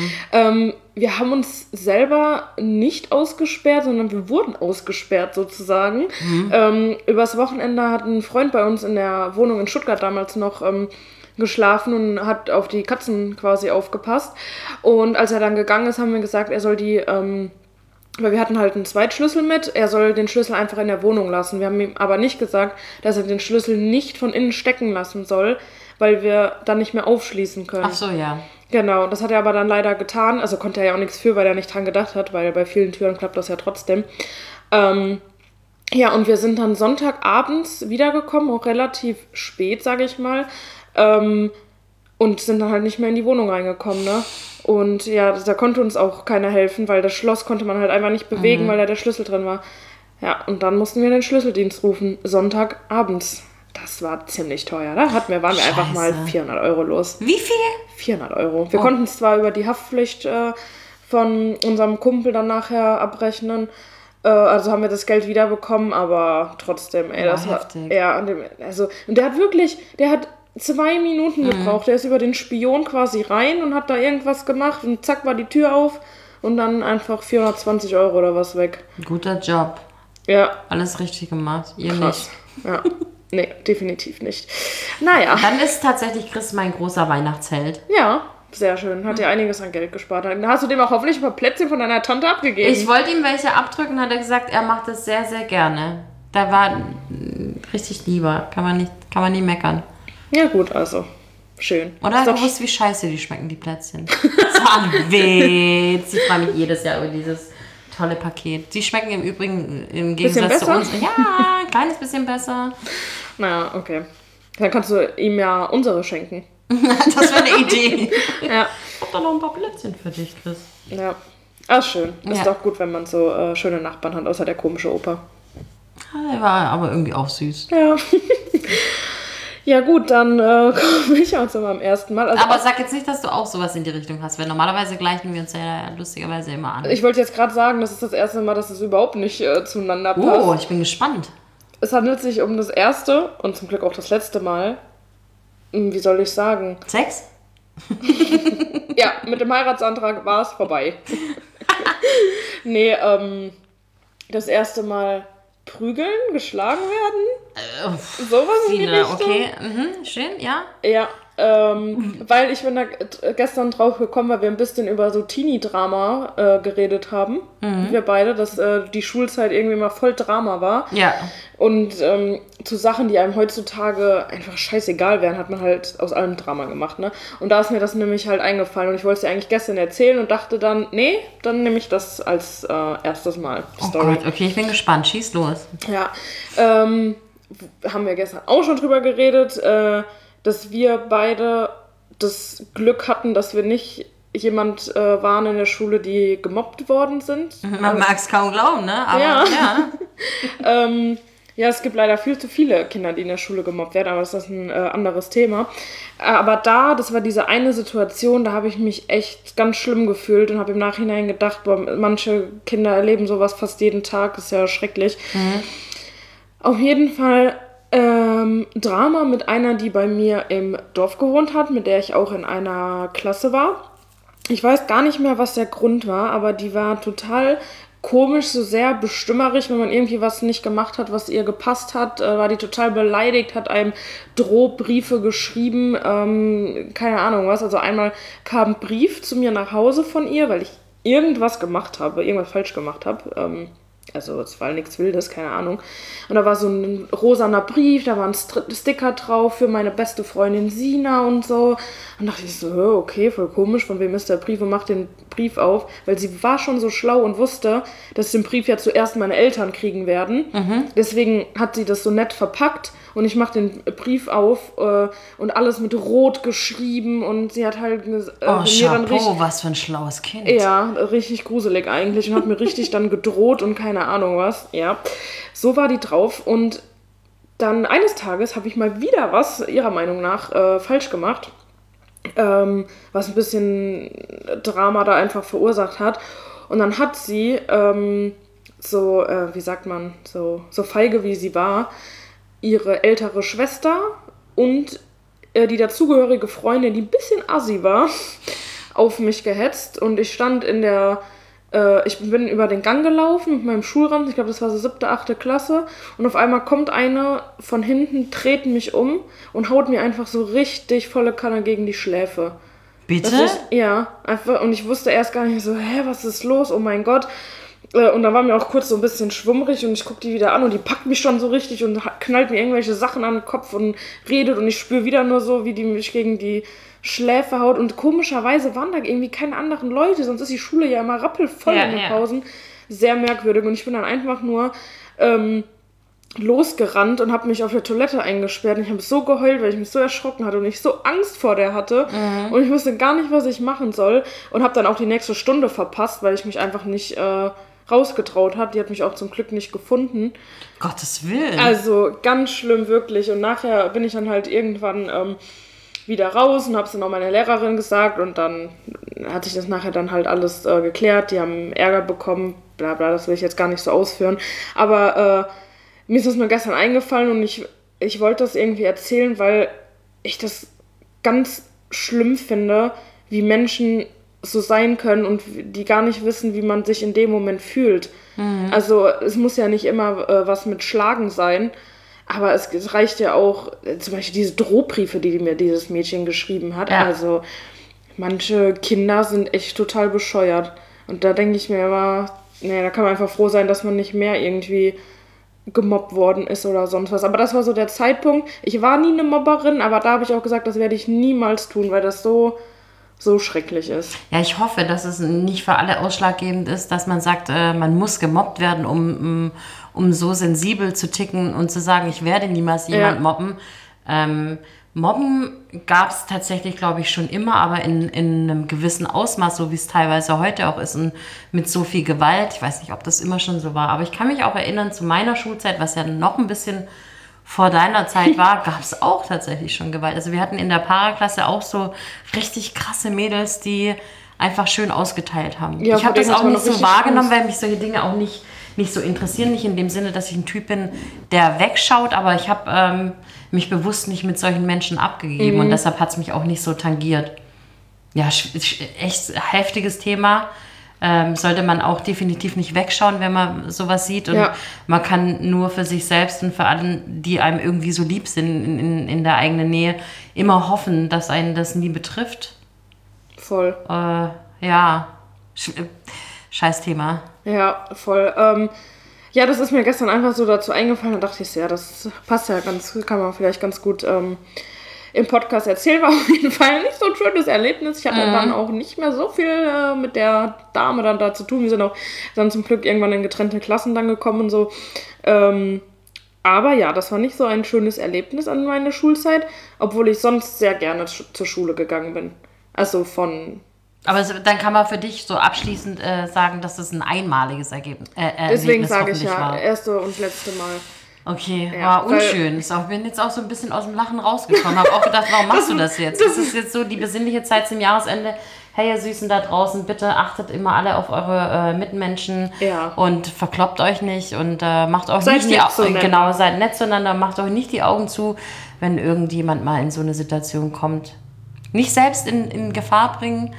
Wir haben uns selber nicht ausgesperrt, sondern wir wurden ausgesperrt sozusagen. Übers Wochenende hat ein Freund bei uns in der Wohnung in Stuttgart damals noch geschlafen und hat auf die Katzen quasi aufgepasst. Und als er dann gegangen ist, haben wir gesagt, er soll die, weil wir hatten halt einen Zweitschlüssel mit, er soll den Schlüssel einfach in der Wohnung lassen. Wir haben ihm aber nicht gesagt, dass er den Schlüssel nicht von innen stecken lassen soll, weil wir dann nicht mehr aufschließen können. Ach so, ja. Genau, das hat er aber dann leider getan. Also konnte er ja auch nichts für, weil er nicht dran gedacht hat, weil bei vielen Türen klappt das ja trotzdem. Ja, und wir sind dann Sonntagabends wiedergekommen, auch relativ spät, sage ich mal. Und sind dann halt nicht mehr in die Wohnung reingekommen, ne? Und ja, da konnte uns auch keiner helfen, weil das Schloss konnte man halt einfach nicht bewegen, weil da der Schlüssel drin war. Ja, und dann mussten wir den Schlüsseldienst rufen, Sonntagabends. Das war ziemlich teuer, da waren wir einfach mal 400 Euro los. Wie viel? 400 Euro. Wir konnten es zwar über die Haftpflicht von unserem Kumpel dann nachher abrechnen, also haben wir das Geld wiederbekommen, aber trotzdem, ey, das war heftig. und der hat 2 Minuten gebraucht. Der ist über den Spion quasi rein und hat da irgendwas gemacht und zack war die Tür auf und dann einfach 420 Euro oder was weg. Guter Job. Ja. Alles richtig gemacht. Ihr Krass. Ja. Nee, definitiv nicht. Naja. Dann ist tatsächlich Chris mein großer Weihnachtsheld. Ja, sehr schön. Hat dir einiges an Geld gespart. Dann hast du dem auch hoffentlich ein paar Plätzchen von deiner Tante abgegeben. Ich wollte ihm welche abdrücken, hat er gesagt, er macht das sehr, sehr gerne. Da war richtig lieber. Kann man nie meckern. Ja gut, also schön. Oder hast du gewusst, wie scheiße die schmecken, die Plätzchen? Das war ein Witz. Ich freue mich jedes Jahr über dieses tolle Paket. Die schmecken im Übrigen im Gegensatz zu uns. Ja, ein kleines bisschen besser. Naja, okay. Dann kannst du ihm ja unsere schenken. Das wäre eine Idee. Ja. Ich hab da noch ein paar Plätzchen für dich, Chris. Ja. Ach, schön. Ist Ja. doch gut, wenn man so schöne Nachbarn hat, außer der komische Opa. Der war aber irgendwie auch süß. Ja. Ja gut, dann komme ich auch zu meinem ersten Mal. Also Aber sag jetzt nicht, dass du auch sowas in die Richtung hast, weil normalerweise gleichen wir uns ja lustigerweise immer an. ich wollte jetzt gerade sagen, das ist das erste Mal, dass es überhaupt nicht zueinander passt. Oh, ich bin gespannt. Es handelt sich um das erste und zum Glück auch das letzte Mal. Wie soll ich sagen? Sex? Ja, mit dem Heiratsantrag war es vorbei. Nee, das erste Mal prügeln, geschlagen werden. Sowas in die Sine, Richtung. okay. Schön, ja. Ja, weil ich bin da gestern drauf gekommen, weil wir ein bisschen über so Teenie-Drama geredet haben. Wir beide, dass die Schulzeit irgendwie mal voll Drama war. Ja. Und zu Sachen, die einem heutzutage einfach scheißegal wären, hat man halt aus allem Drama gemacht, ne? Und da ist mir das nämlich halt eingefallen und ich wollte es dir eigentlich gestern erzählen und dachte dann, nee, dann nehme ich das als erstes Mal. Oh Gott, okay, ich bin gespannt. Schieß los. Ja, haben wir gestern auch schon drüber geredet, dass wir beide das Glück hatten, dass wir nicht jemand waren in der Schule, die gemobbt worden sind. Man mag es kaum glauben, ne? Aber Ja. ja. Ja, es gibt leider viel zu viele Kinder, die in der Schule gemobbt werden, aber das ist ein anderes Thema. Aber das war diese eine Situation, da habe ich mich echt ganz schlimm gefühlt und habe im Nachhinein gedacht, boah, manche Kinder erleben sowas fast jeden Tag, ist ja schrecklich. Auf jeden Fall Drama mit einer, die bei mir im Dorf gewohnt hat, mit der ich auch in einer Klasse war. Ich weiß gar nicht mehr, was der Grund war, aber die war total komisch, so sehr bestimmerisch, wenn man irgendwie was nicht gemacht hat, was ihr gepasst hat, war die total beleidigt, hat einem Drohbriefe geschrieben, keine Ahnung was. Also einmal kam ein Brief zu mir nach Hause von ihr, weil ich irgendwas gemacht habe, irgendwas falsch gemacht habe. Also es war nichts Wildes, keine Ahnung. Und da war so ein rosaner Brief, da war ein Sticker drauf für meine beste Freundin Sina und so. Und dachte ich so, okay, voll komisch, von wem ist der Brief? Und mach den Brief auf, weil sie war schon so schlau und wusste, dass den Brief ja zuerst meine Eltern kriegen werden. Deswegen hat sie das so nett verpackt und ich mache den Brief auf und alles mit Rot geschrieben und sie hat halt mir dann Chapeau, was für ein schlaues Kind. Ja, richtig gruselig eigentlich und hat mir richtig dann gedroht und keine Ahnung was. Ja, so war die drauf und dann eines Tages habe ich mal wieder was, ihrer Meinung nach, falsch gemacht, was ein bisschen Drama da einfach verursacht hat. Und dann hat sie, wie sagt man, so feige wie sie war, ihre ältere Schwester und die dazugehörige Freundin, die ein bisschen assi war, auf mich gehetzt. Und ich stand ich bin über den Gang gelaufen mit meinem Schulranzen, ich glaube, das war so 7., 8. Klasse. Und auf einmal kommt eine von hinten, dreht mich um und haut mir einfach so richtig volle Kanne gegen die Schläfe. Bitte? Einfach. Und ich wusste erst gar nicht so, was ist los? Oh mein Gott. Und dann war mir auch kurz so ein bisschen schwummrig und ich gucke die wieder an und die packt mich schon so richtig und knallt mir irgendwelche Sachen an den Kopf und redet und ich spüre wieder nur so, wie die mich gegen die Schläfe haut. Und komischerweise waren da irgendwie keine anderen Leute, sonst ist die Schule ja immer rappelvoll in den Pausen. Sehr merkwürdig. Und ich bin dann einfach nur losgerannt und habe mich auf der Toilette eingesperrt. Und ich habe so geheult, weil ich mich so erschrocken hatte und ich so Angst vor der hatte. Und ich wusste gar nicht, was ich machen soll. Und habe dann auch die nächste Stunde verpasst, weil ich mich einfach nicht rausgetraut hat. Die hat mich auch zum Glück nicht gefunden. Gottes Willen. Also ganz schlimm, wirklich. Und nachher bin ich dann halt irgendwann wieder raus und habe es dann auch meiner Lehrerin gesagt und dann hat sich das nachher dann halt alles geklärt. Die haben Ärger bekommen, bla bla, das will ich jetzt gar nicht so ausführen. Aber mir ist das nur gestern eingefallen und ich wollte das irgendwie erzählen, weil ich das ganz schlimm finde, wie Menschen so sein können und die gar nicht wissen, wie man sich in dem Moment fühlt. Also es muss ja nicht immer was mit Schlagen sein, aber es reicht ja auch, zum Beispiel diese Drohbriefe, die mir dieses Mädchen geschrieben hat. Ja. Also manche Kinder sind echt total bescheuert. Und da denke ich mir immer, da kann man einfach froh sein, dass man nicht mehr irgendwie gemobbt worden ist oder sonst was. Aber das war so der Zeitpunkt. Ich war nie eine Mobberin, aber da habe ich auch gesagt, das werde ich niemals tun, weil das so schrecklich ist. Ja, ich hoffe, dass es nicht für alle ausschlaggebend ist, dass man sagt, man muss gemobbt werden, um so sensibel zu ticken und zu sagen, ich werde niemals jemand mobben. Mobben gab es tatsächlich, glaube ich, schon immer, aber in einem gewissen Ausmaß, so wie es teilweise heute auch ist und mit so viel Gewalt. Ich weiß nicht, ob das immer schon so war, aber ich kann mich auch erinnern, zu meiner Schulzeit, was ja noch ein bisschen vor deiner Zeit war, gab es auch tatsächlich schon Gewalt. Also wir hatten in der Paraklasse auch so richtig krasse Mädels, die einfach schön ausgeteilt haben. Ja, ich habe das auch nicht so wahrgenommen, weil mich solche Dinge auch nicht so interessieren. Nicht in dem Sinne, dass ich ein Typ bin, der wegschaut, aber ich habe mich bewusst nicht mit solchen Menschen abgegeben und deshalb hat es mich auch nicht so tangiert. Ja, echt heftiges Thema. Sollte man auch definitiv nicht wegschauen, wenn man sowas sieht. Und man kann nur für sich selbst und für alle, die einem irgendwie so lieb sind in der eigenen Nähe, immer hoffen, dass einen das nie betrifft. Voll. Scheiß Thema. Ja, voll. Das ist mir gestern einfach so dazu eingefallen. Da dachte ich, das passt ja kann man vielleicht ganz gut im Podcast erzählen. War auf jeden Fall nicht so ein schönes Erlebnis. Ich hatte dann auch nicht mehr so viel mit der Dame dann da zu tun. Wir sind auch dann zum Glück irgendwann in getrennte Klassen dann gekommen und so. Aber ja, das war nicht so ein schönes Erlebnis an meiner Schulzeit, obwohl ich sonst sehr gerne zur Schule gegangen bin. Also aber dann kann man für dich so abschließend sagen, dass das ein einmaliges Ergebnis deswegen sage ich erste und letzte Mal. Okay, war unschön. Ich bin jetzt auch so ein bisschen aus dem Lachen rausgekommen. Habe auch gedacht, warum machst du das jetzt? Das ist jetzt so die besinnliche Zeit zum Jahresende. Hey, ihr Süßen da draußen, bitte achtet immer alle auf eure Mitmenschen und verkloppt euch nicht und macht euch nicht die Augen seid nett zueinander, macht euch nicht die Augen zu, wenn irgendjemand mal in so eine Situation kommt. Nicht selbst in Gefahr bringen,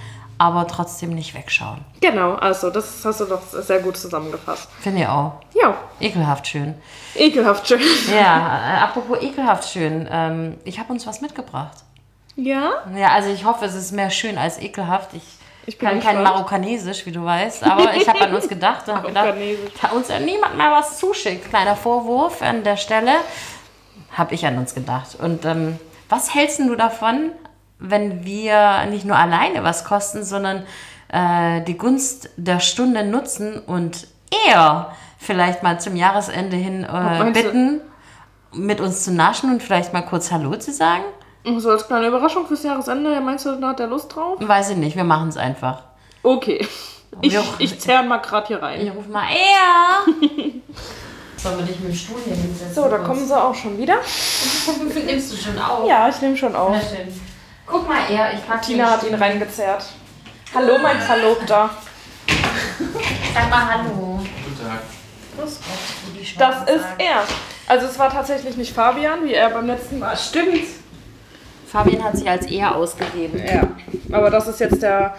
aber trotzdem nicht wegschauen. Genau, also das hast du doch sehr gut zusammengefasst. Finde ich auch. Ja, Ekelhaft schön. ekelhaft schön. Ja, apropos ekelhaft schön. Ich habe uns was mitgebracht. Ja? Ja, also ich hoffe, es ist mehr schön als ekelhaft. Ich bin kann kein gespannt. Marokkanesisch, wie du weißt, aber ich habe an uns gedacht und habe gedacht, Marokkanesisch. da uns ja niemand mehr was zuschickt. Kleiner Vorwurf an der Stelle, habe ich an uns gedacht. Und was hältst du davon, wenn wir nicht nur alleine was kosten, sondern die Gunst der Stunde nutzen und eher vielleicht mal zum Jahresende hin meinst du? bitten, mit uns zu naschen und vielleicht mal kurz Hallo zu sagen? So als kleine Überraschung fürs Jahresende, meinst du, da hat der Lust drauf? Weiß ich nicht, wir machen es einfach. Okay. Wir- Ich zerre mal gerade hier rein. Ich ruf mal eher. Sollen wir dich mit dem Stuhl hier hinsetzen? So, da kommen sie auch schon wieder. Nimmst du schon auf? Ja, ich nehme schon auf. Sehr schön. Guck mal eher, ich pack Tina hat ihn reingezerrt. Hallo, mein Verlobter. Sag mal Hallo. Guten Tag. Grüß Gott, wie die Das Schwaben ist sagen. er. Also es war tatsächlich nicht Fabian, wie er beim letzten Mal. Stimmt. Fabian hat sich als er ausgegeben. Ja, aber das ist jetzt der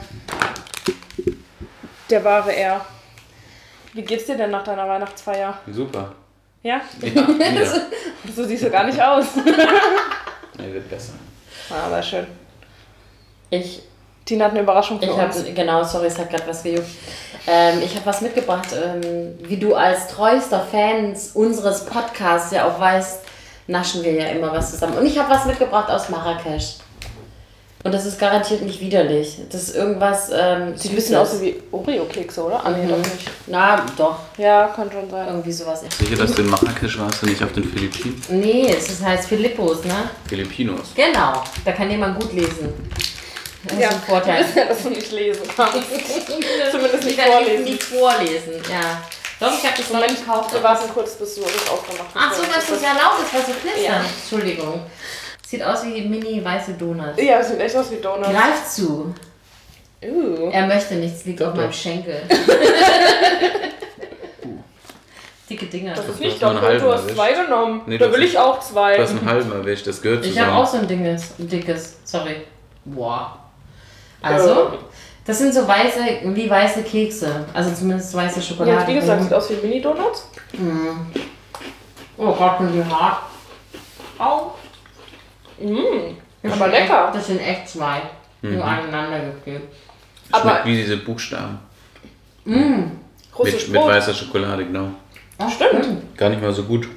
wahre er. Wie geht's dir denn nach deiner Weihnachtsfeier? Super. Ja? Ja, wieder. So siehst du gar nicht aus. Nee, wird besser. Ah, aber schön. Ich Tina hat eine Überraschung für Ich uns. habe, genau, sorry, es hat gerade was gejuckt. Ich habe was mitgebracht, wie du als treuester Fan unseres Podcasts ja auch weißt, naschen wir ja immer was zusammen. Und ich habe was mitgebracht aus Marrakesch. Und das ist garantiert nicht widerlich. Das ist irgendwas. Sieht ein bisschen aus wie Oreo-Kekse, oder? Ah, nee, doch nicht. Na, doch. Ja, kann schon sein. Irgendwie sowas. Sicher, dass du in Marrakesch warst und nicht auf den Philippinen? Nee, es heißt Philippos, ne? Filipinos. Genau. Da kann jemand gut lesen. Das ist ein Vorteil. Du weißt ja, dass du nicht lesen kannst. Zumindest nicht Ich kann vorlesen. nicht vorlesen, ja. Doch, ich habe das noch Moment, gekauft. du warst kurz, bis du das aufgemacht hast. Ach so, das ist ja laut, das war so knistern. Ja. Entschuldigung. Sieht aus wie mini weiße Donuts. Ja, das sieht echt aus wie Donuts. Greif zu. Er möchte nichts, liegt auf Doch, meinem doch. Schenkel. Dicke Dinger. Das ist Das nicht war nur ein doppelt, du hast halber, 2 genommen. Nee, Da das will ist- ich auch 2. Du hast einen halben erwischt, das gehört Ich zusammen. habe auch so ein dickes. Sorry. Boah. Also, das sind so weiße Kekse. Also zumindest weiße Schokolade. Ja, wie gesagt, sieht aus wie Mini-Donuts. Oh Gott, sind die hart. Au. Aber lecker. Das sind echt zwei. Nur aneinander geklebt. Aber Schmeckt wie diese Buchstaben. russisch Mit Brot. weißer Schokolade, genau. Stimmt. Gar nicht mal so gut.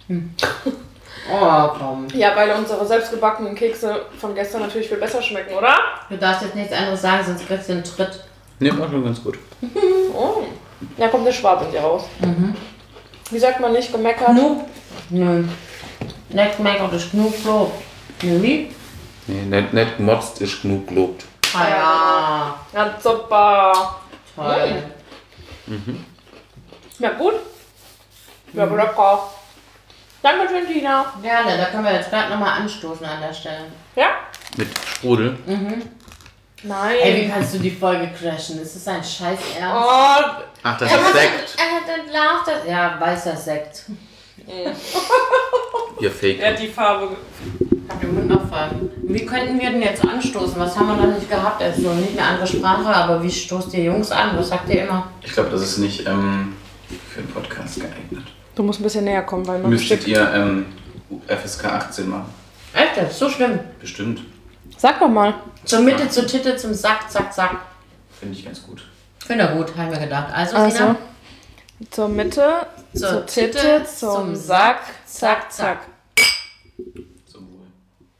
Oh, komm. Ja, weil unsere selbstgebackenen Kekse von gestern natürlich viel besser schmecken, oder? Du darfst jetzt nichts anderes sagen, sonst kriegst du einen Tritt. Ne, war schon ganz gut. Oh. Ja, kommt der Schwab in dir raus. Wie sagt man nicht, gemeckert? Nö. Nicht meckert ist genug Lob. Wie? Nee, nicht gemotzt ist genug gelobt. Ah ja. Ja, super. Toll. Ja, gut. Ja, lecker. Danke schön, Tina. Gerne, da können wir jetzt gerade nochmal anstoßen an der Stelle. Ja? Mit Sprudel. Nein. Ey, wie kannst du die Folge crashen? Das ist ein scheiß Ernst. Oh, Ach, das ist Sekt. Ja, weißer Sekt. Ihr Fake. er hat die Farbe. Hab den Mund noch voll. Wie könnten wir denn jetzt anstoßen? Was haben wir noch nicht gehabt? Also nicht eine andere Sprache, aber wie stoßt ihr Jungs an? Was sagt ihr immer? Ich glaube, das ist nicht für einen Podcast geeignet. Du musst ein bisschen näher kommen, weil man Müsstet ihr FSK 18 machen. Echt? Das ist so schlimm. Bestimmt. Sag doch mal. Zur Mitte, zur Titte, zum Sack, zack, zack. Finde ich ganz gut. Finde ich gut, haben wir gedacht. Also, Also, Sina? zur Mitte, zur Titte, zum Sack, zack, zack. Zum Wohl.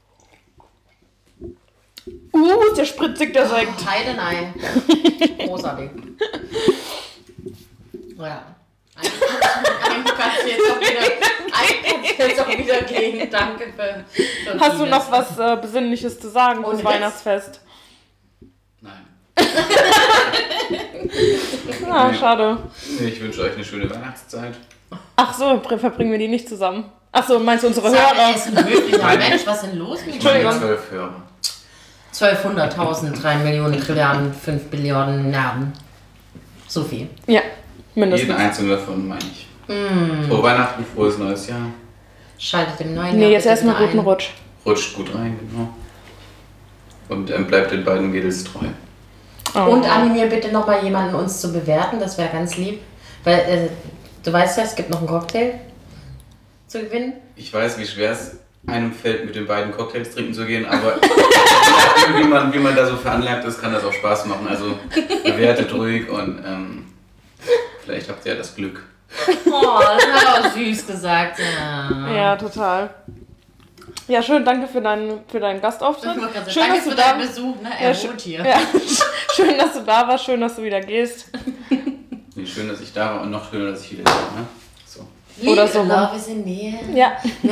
Ist der spritzig, der Sekt. Heide nein. Großartig. Ja. Eigentlich kannst du jetzt auch wieder gehen. Danke für Hast du noch was Besinnliches zu sagen Ohne fürs Witz. Weihnachtsfest? Nein. Ah, schade. Ich wünsche euch eine schöne Weihnachtszeit. Ach so, verbringen wir die nicht zusammen. Ach so, meinst du unsere Sag, Hörer? er ist ein höflicher Mensch. Was ist denn los mit dir? Entschuldigung. 12 Hörer. 1200.000, 3 Millionen, Trilliarden, 5 Billionen Nerven. So viel. Ja, Jeden mindestens. einzelnen davon meine ich. Frohe Weihnachten, frohes neues Jahr. Schaltet im neuen Nee, Jahr jetzt bitte erstmal wieder guten ein. Rutsch. Rutscht gut rein, genau. Und bleibt den beiden Mädels treu. Und animier bitte nochmal jemanden, uns zu bewerten. Das wäre ganz lieb. Weil, du weißt ja, es gibt noch einen Cocktail zu gewinnen. Ich weiß, wie schwer es einem fällt, mit den beiden Cocktails trinken zu gehen, aber wie man da so veranlagt ist, kann das auch Spaß machen. Also bewertet ruhig und vielleicht habt ihr ja das Glück. Oh, das war auch süß gesagt. Ja, Ja, total. Ja, schön, danke für deinen Gastauftritt. Schön, danke dass du für da deinen Besuch, ne? Ja, Er wohnt hier. Ja. Schön, dass du da warst, schön, dass du wieder gehst. Nee, schön, dass ich da war und noch schöner, dass ich wieder da war. Ne? So. Oder so. Love is in the air. Ja.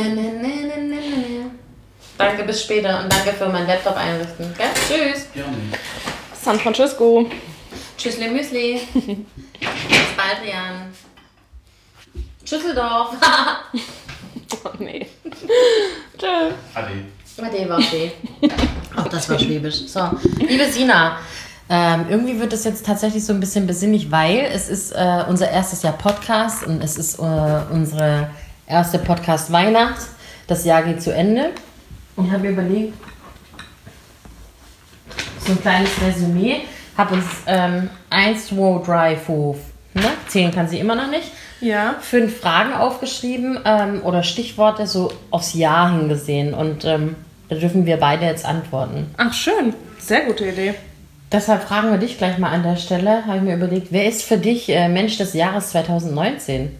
Danke, bis später und danke für mein Laptop einrichten. Gell? Tschüss. Gerne. San Francisco. Tschüssli Müsli. Bis bald, Jan. Schüsseldorf. Oh, nee. Tschö. Ade. Ade war schön. Ach, das war schwäbisch. So, liebe Sina, irgendwie wird es jetzt tatsächlich so ein bisschen besinnlich, weil es ist unser erstes Jahr Podcast und es ist unsere erste Podcast-Weihnacht. Das Jahr geht zu Ende. Und ich habe mir überlegt, so ein kleines Resümee. Habe uns 1, 2, 3, 5, ne? Zählen kann sie immer noch nicht. Ja. 5 Fragen aufgeschrieben oder Stichworte so aufs Jahr hingesehen. Und da dürfen wir beide jetzt antworten. Ach, schön. Sehr gute Idee. Deshalb fragen wir dich gleich mal an der Stelle. Habe ich mir überlegt, wer ist für dich Mensch des Jahres 2019?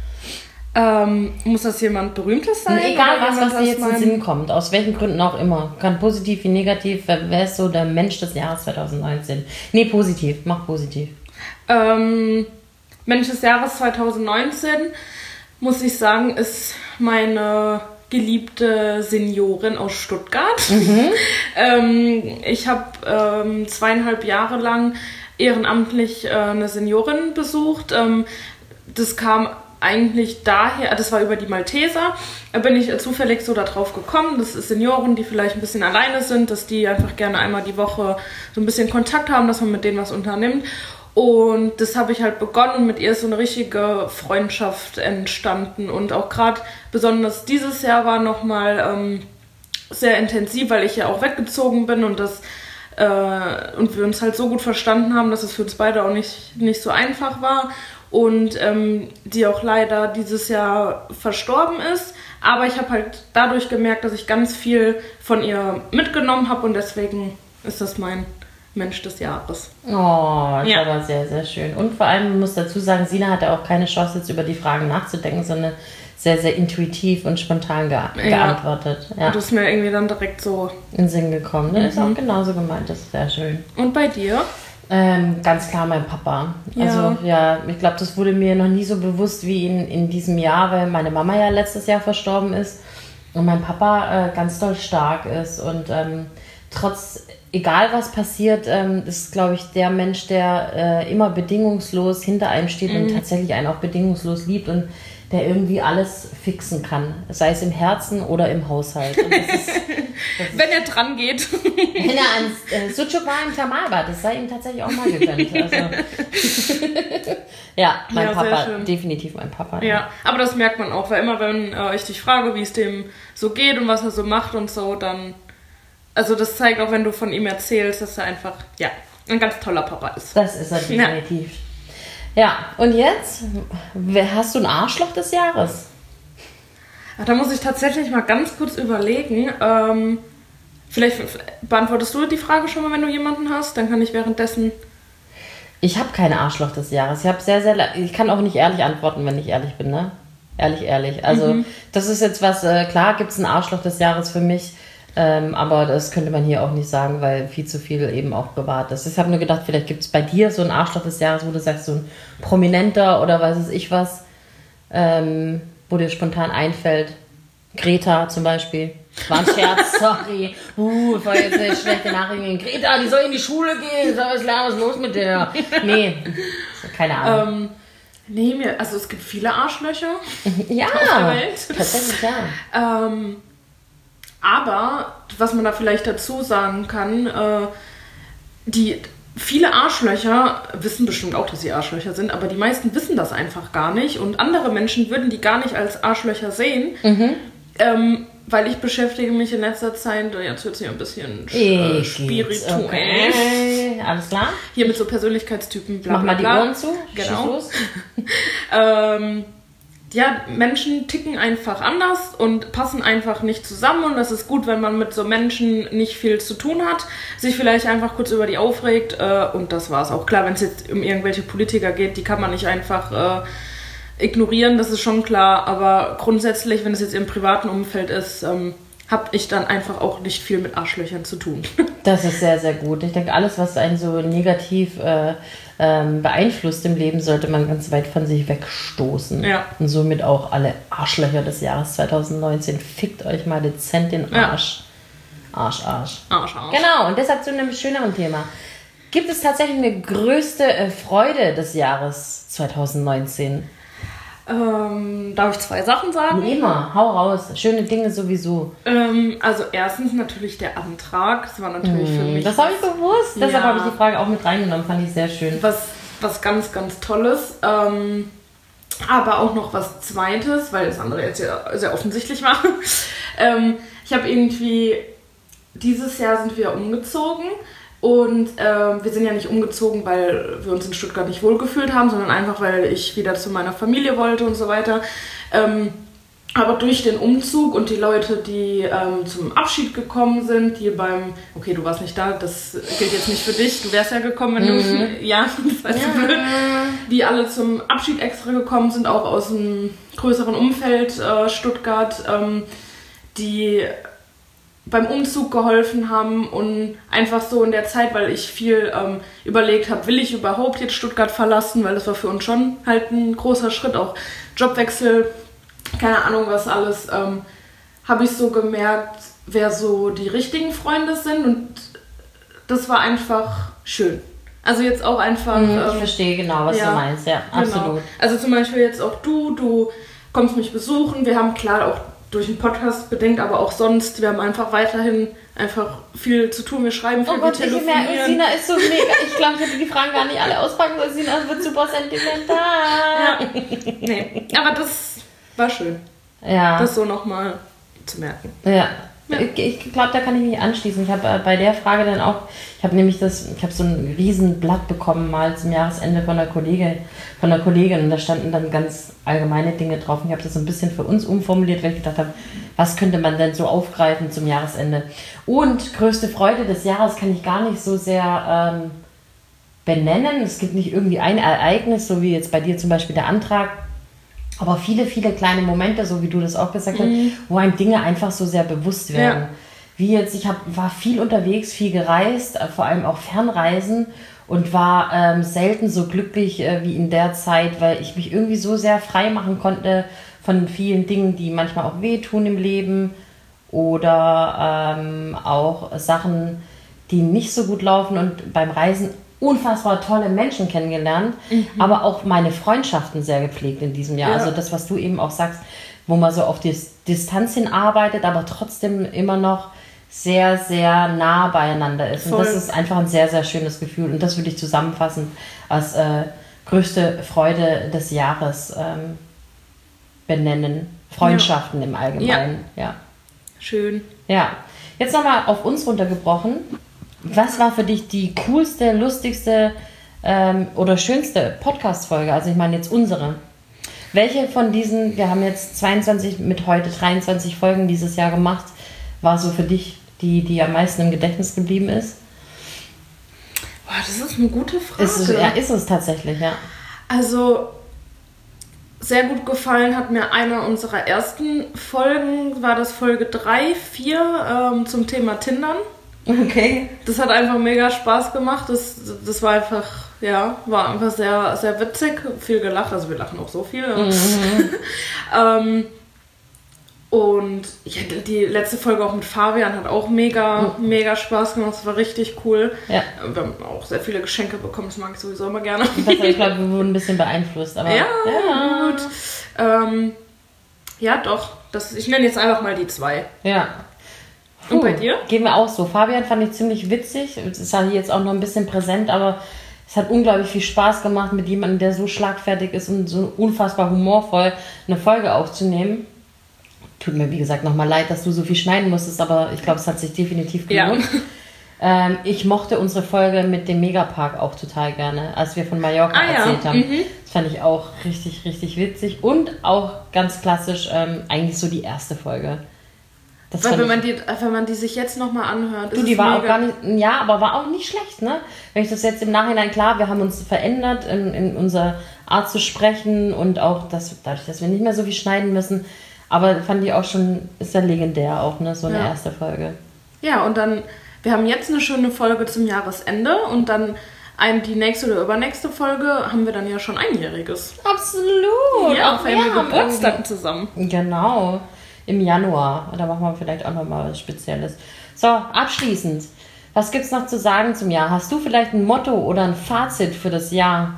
Muss das jemand Berühmtes sein? Egal oder jemand was dir jetzt in den meinem- Sinn kommt, aus welchen Gründen auch immer. Kann positiv wie negativ, wer ist so der Mensch des Jahres 2019? Nee, positiv, mach positiv. Mensch des Jahres 2019, muss ich sagen, ist meine geliebte Seniorin aus Stuttgart. Ich habe 2,5 Jahre lang ehrenamtlich eine Seniorin besucht. Das kam eigentlich daher, das war über die Malteser, bin ich zufällig so darauf gekommen. Das ist Senioren, die vielleicht ein bisschen alleine sind, dass die einfach gerne einmal die Woche so ein bisschen Kontakt haben, dass man mit denen was unternimmt. Und das habe ich halt begonnen und mit ihr ist so eine richtige Freundschaft entstanden. Und auch gerade besonders dieses Jahr war nochmal sehr intensiv, weil ich ja auch weggezogen bin und und wir uns halt so gut verstanden haben, dass es für uns beide auch nicht so einfach war. Und die auch leider dieses Jahr verstorben ist. Aber ich habe halt dadurch gemerkt, dass ich ganz viel von ihr mitgenommen habe und deswegen ist das mein Mensch des Jahres. Oh, das Ja. war sehr, sehr schön. Und vor allem muss dazu sagen, Sina hatte auch keine Chance, jetzt über die Fragen nachzudenken, sondern sehr, sehr intuitiv und spontan geantwortet. Ja, Und das ist mir irgendwie dann direkt so. in den Sinn gekommen. Das ist auch genauso gemeint, das ist sehr schön. Und bei dir? Ganz klar mein Papa. Ja. Also ja, ich glaube, das wurde mir noch nie so bewusst wie in diesem Jahr, weil meine Mama ja letztes Jahr verstorben ist und mein Papa ganz doll stark ist und egal was passiert, ist, glaube ich, der Mensch, der immer bedingungslos hinter einem steht und tatsächlich einen auch bedingungslos liebt und der irgendwie alles fixen kann, sei es im Herzen oder im Haushalt. Und das ist, Wenn er dran geht. wenn er ans Sucuk war im Thermalbad, das sei ihm tatsächlich auch mal gegönnt. Also, ja, mein Ja, sehr Papa, schön. definitiv mein Papa. Ja, aber das merkt man auch, weil immer wenn ich dich frage, wie es dem so geht und was er so macht und so, dann, also das zeigt auch, wenn du von ihm erzählst, dass er einfach, ja, ein ganz toller Papa ist. Das ist er definitiv. Ja, und jetzt? Hast du ein Arschloch des Jahres? Ach, da muss ich tatsächlich mal ganz kurz überlegen. Vielleicht beantwortest du die Frage schon mal, wenn du jemanden hast, dann kann ich währenddessen... Ich habe kein Arschloch des Jahres. Ich kann auch nicht ehrlich antworten, wenn ich ehrlich bin, ne? Ehrlich. Also, das ist jetzt was, klar gibt es ein Arschloch des Jahres für mich, aber das könnte man hier auch nicht sagen, weil viel zu viel eben auch privat ist. Ich habe nur gedacht, vielleicht gibt es bei dir so ein Arschloch des Jahres, wo du sagst, so ein Prominenter oder weiß ich was, wo dir spontan einfällt. Greta zum Beispiel. War ein Scherz, sorry. Das war jetzt eine schlechte Nachricht. Greta, die soll in die Schule gehen. Was ist los mit der? Nee, keine Ahnung. Also es gibt viele Arschlöcher Ja, auf der Welt. tatsächlich ja. Aber, was man da vielleicht dazu sagen kann, viele Arschlöcher wissen bestimmt auch, dass sie Arschlöcher sind, aber die meisten wissen das einfach gar nicht und andere Menschen würden die gar nicht als Arschlöcher sehen, weil ich beschäftige mich in letzter Zeit, jetzt wird es hier ein bisschen spirituell. Okay. Alles klar? Hier mit so Persönlichkeitstypen, bla Mach bla mal die bla. Ohren zu. Genau. Schieß los. Ja, Menschen ticken einfach anders und passen einfach nicht zusammen und das ist gut, wenn man mit so Menschen nicht viel zu tun hat, sich vielleicht einfach kurz über die aufregt und das war's auch. Klar, wenn es jetzt um irgendwelche Politiker geht, die kann man nicht einfach ignorieren, das ist schon klar, aber grundsätzlich, wenn es jetzt im privaten Umfeld ist, habe ich dann einfach auch nicht viel mit Arschlöchern zu tun. Das ist sehr, sehr gut. Ich denke, alles, was einen so negativ beeinflusst im Leben, sollte man ganz weit von sich wegstoßen. Ja. Und somit auch alle Arschlöcher des Jahres 2019. Fickt euch mal dezent den Arsch. Arsch. Arsch. Genau, und deshalb zu einem schöneren Thema. Gibt es tatsächlich eine größte Freude des Jahres 2019? Darf ich 2 Sachen sagen? Immer, hau raus. Schöne Dinge sowieso. Also erstens natürlich der Antrag. Das war natürlich für mich Das habe ich bewusst. Deshalb Ja. habe ich die Frage auch mit reingenommen. Fand ich sehr schön. was ganz, ganz Tolles. Aber auch noch was Zweites, weil das andere jetzt ja sehr offensichtlich war. Ich habe irgendwie, dieses Jahr sind wir umgezogen. Und wir sind ja nicht umgezogen, weil wir uns in Stuttgart nicht wohlgefühlt haben, sondern einfach, weil ich wieder zu meiner Familie wollte und so weiter. Aber durch den Umzug und die Leute, die zum Abschied gekommen sind, die okay, du warst nicht da, das gilt jetzt nicht für dich, du wärst ja gekommen, wenn du, ja, das war so blöd, die alle zum Abschied extra gekommen sind, auch aus einem größeren Umfeld Stuttgart, die beim Umzug geholfen haben und einfach so in der Zeit, weil ich viel überlegt habe, will ich überhaupt jetzt Stuttgart verlassen, weil das war für uns schon halt ein großer Schritt, auch Jobwechsel, keine Ahnung was alles, habe ich so gemerkt, wer so die richtigen Freunde sind und das war einfach schön. Also jetzt auch einfach... Ich verstehe genau, was du meinst, ja, genau. absolut. Also zum Beispiel jetzt auch du kommst mich besuchen, wir haben klar auch durch den Podcast bedingt, aber auch sonst, wir haben einfach weiterhin einfach viel zu tun, wir schreiben viel, wir telefonieren. Sina ist so mega, ich glaube, ich hätte die Fragen gar nicht alle auspacken sollen, Sina wird super sentimental. Ja. Nee, aber das war schön, Ja. das so nochmal zu merken. Ja. Ich glaube, da kann ich mich anschließen. Ich habe bei der Frage dann auch, ich habe so ein riesen Blatt bekommen mal zum Jahresende von einer Kollegin und da standen dann ganz allgemeine Dinge drauf und ich habe das so ein bisschen für uns umformuliert, weil ich gedacht habe, was könnte man denn so aufgreifen zum Jahresende? Und größte Freude des Jahres kann ich gar nicht so sehr benennen. Es gibt nicht irgendwie ein Ereignis, so wie jetzt bei dir zum Beispiel der Antrag, aber viele, viele kleine Momente, so wie du das auch gesagt hast, wo einem Dinge einfach so sehr bewusst werden. Ja. Wie jetzt, war viel unterwegs, viel gereist, vor allem auch Fernreisen und war selten so glücklich wie in der Zeit, weil ich mich irgendwie so sehr frei machen konnte von vielen Dingen, die manchmal auch wehtun im Leben oder auch Sachen, die nicht so gut laufen und beim Reisen unfassbar tolle Menschen kennengelernt, aber auch meine Freundschaften sehr gepflegt in diesem Jahr. Ja. Also das, was du eben auch sagst, wo man so auf die Distanz hin arbeitet, aber trotzdem immer noch sehr, sehr nah beieinander ist. Voll. Und das ist einfach ein sehr, sehr schönes Gefühl. Und das würde ich zusammenfassen als größte Freude des Jahres benennen. Freundschaften im Allgemeinen. Ja. Schön. Ja. Jetzt nochmal auf uns runtergebrochen. Was war für dich die coolste, lustigste oder schönste Podcast-Folge? Also ich meine jetzt unsere. Welche von diesen, wir haben jetzt 22 mit heute 23 Folgen dieses Jahr gemacht, war so für dich die am meisten im Gedächtnis geblieben ist? Boah, das ist eine gute Frage. Ist es tatsächlich, ja. Also sehr gut gefallen hat mir eine unserer ersten Folgen, war das Folge 3, 4 zum Thema Tindern. Okay. Das hat einfach mega Spaß gemacht. Das war einfach, war einfach sehr, sehr witzig. Viel gelacht, also wir lachen auch so viel. Und ja, die letzte Folge auch mit Fabian hat auch mega Spaß gemacht. Das war richtig cool. Ja. Wir haben auch sehr viele Geschenke bekommen, das mag ich sowieso immer gerne. Ich glaube, wir wurden ein bisschen beeinflusst. Aber ja, gut. Ja, doch. Ich nenne jetzt einfach mal die 2. Ja. Und bei dir? Gehen wir auch so. Fabian fand ich ziemlich witzig. Es ist halt jetzt auch noch ein bisschen präsent, aber es hat unglaublich viel Spaß gemacht, mit jemandem, der so schlagfertig ist und so unfassbar humorvoll eine Folge aufzunehmen. Tut mir, wie gesagt, nochmal leid, dass du so viel schneiden musstest, aber ich glaube, es hat sich definitiv gelohnt. Ja. Ich mochte unsere Folge mit dem Megapark auch total gerne, als wir von Mallorca erzählt haben. Das fand ich auch richtig, richtig witzig und auch ganz klassisch eigentlich so die erste Folge. Das weil wenn man die sich jetzt nochmal anhört, die war auch gar nicht, ja, aber war auch nicht schlecht, ne? Wenn ich das jetzt im Nachhinein, klar, wir haben uns verändert in unserer Art zu sprechen und auch dadurch, dass wir nicht mehr so viel schneiden müssen, aber fand ich auch schon, ist ja legendär auch, ne? So eine erste Folge. Ja, und dann, wir haben jetzt eine schöne Folge zum Jahresende und dann die nächste oder übernächste Folge haben wir dann ja schon Einjähriges. Absolut! Ja, auch wir haben Geburtstag zusammen. Genau. Im Januar. Da machen wir vielleicht auch nochmal was Spezielles. So, abschließend. Was gibt's noch zu sagen zum Jahr? Hast du vielleicht ein Motto oder ein Fazit für das Jahr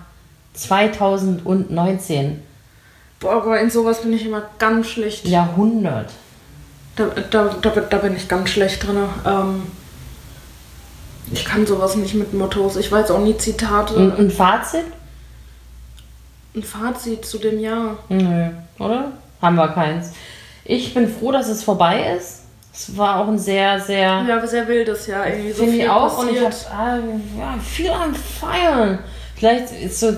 2019? Boah, aber in sowas bin ich immer ganz schlecht. Jahrhundert. Da bin ich ganz schlecht drin. Ich kann sowas nicht mit Mottos. Ich weiß auch nie Zitate. Ein Fazit? Ein Fazit zu dem Jahr? Nö, oder? Haben wir keins. Ich bin froh, dass es vorbei ist. Es war auch ein sehr, sehr... Ja, sehr wildes Jahr. Irgendwie so viel viel auch. passiert. Und ich habe viel am Feiern. Vielleicht ist so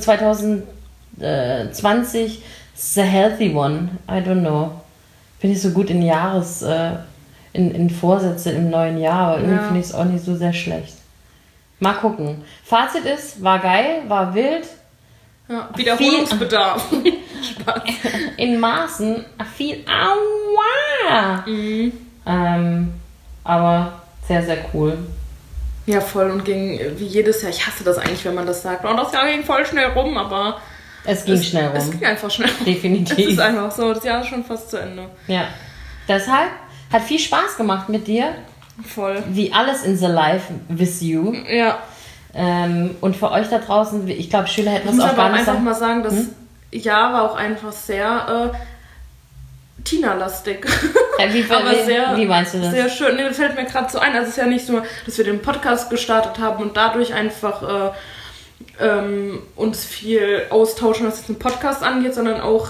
2020 the healthy one. I don't know. Bin ich so gut in in Vorsätze im neuen Jahr, aber irgendwie finde ich es auch nicht so sehr schlecht. Mal gucken. Fazit ist, war geil, war wild. Ja, Wiederholungsbedarf. Spaß. In Maßen viel Aua. Aber sehr, sehr cool. Ja, voll. Und ging wie jedes Jahr, ich hasse das eigentlich, wenn man das sagt. Und das Jahr ging voll schnell rum, aber... Es ging schnell rum. Es ging einfach schnell rum. Definitiv. Es ist einfach so, das Jahr ist schon fast zu Ende. Ja. Deshalb hat viel Spaß gemacht mit dir. Voll. Wie alles in the life with you. Ja. Und für euch da draußen, ich glaube, Schüler hätten das auch gar nicht sagen. Ich muss aber einfach mal sagen, das Jahr war auch einfach sehr Tina-lastig. Wie meinst du das? Sehr schön. Nee, das fällt mir gerade so ein. Also es ist ja nicht so, dass wir den Podcast gestartet haben und dadurch einfach uns viel austauschen, was jetzt den Podcast angeht, sondern auch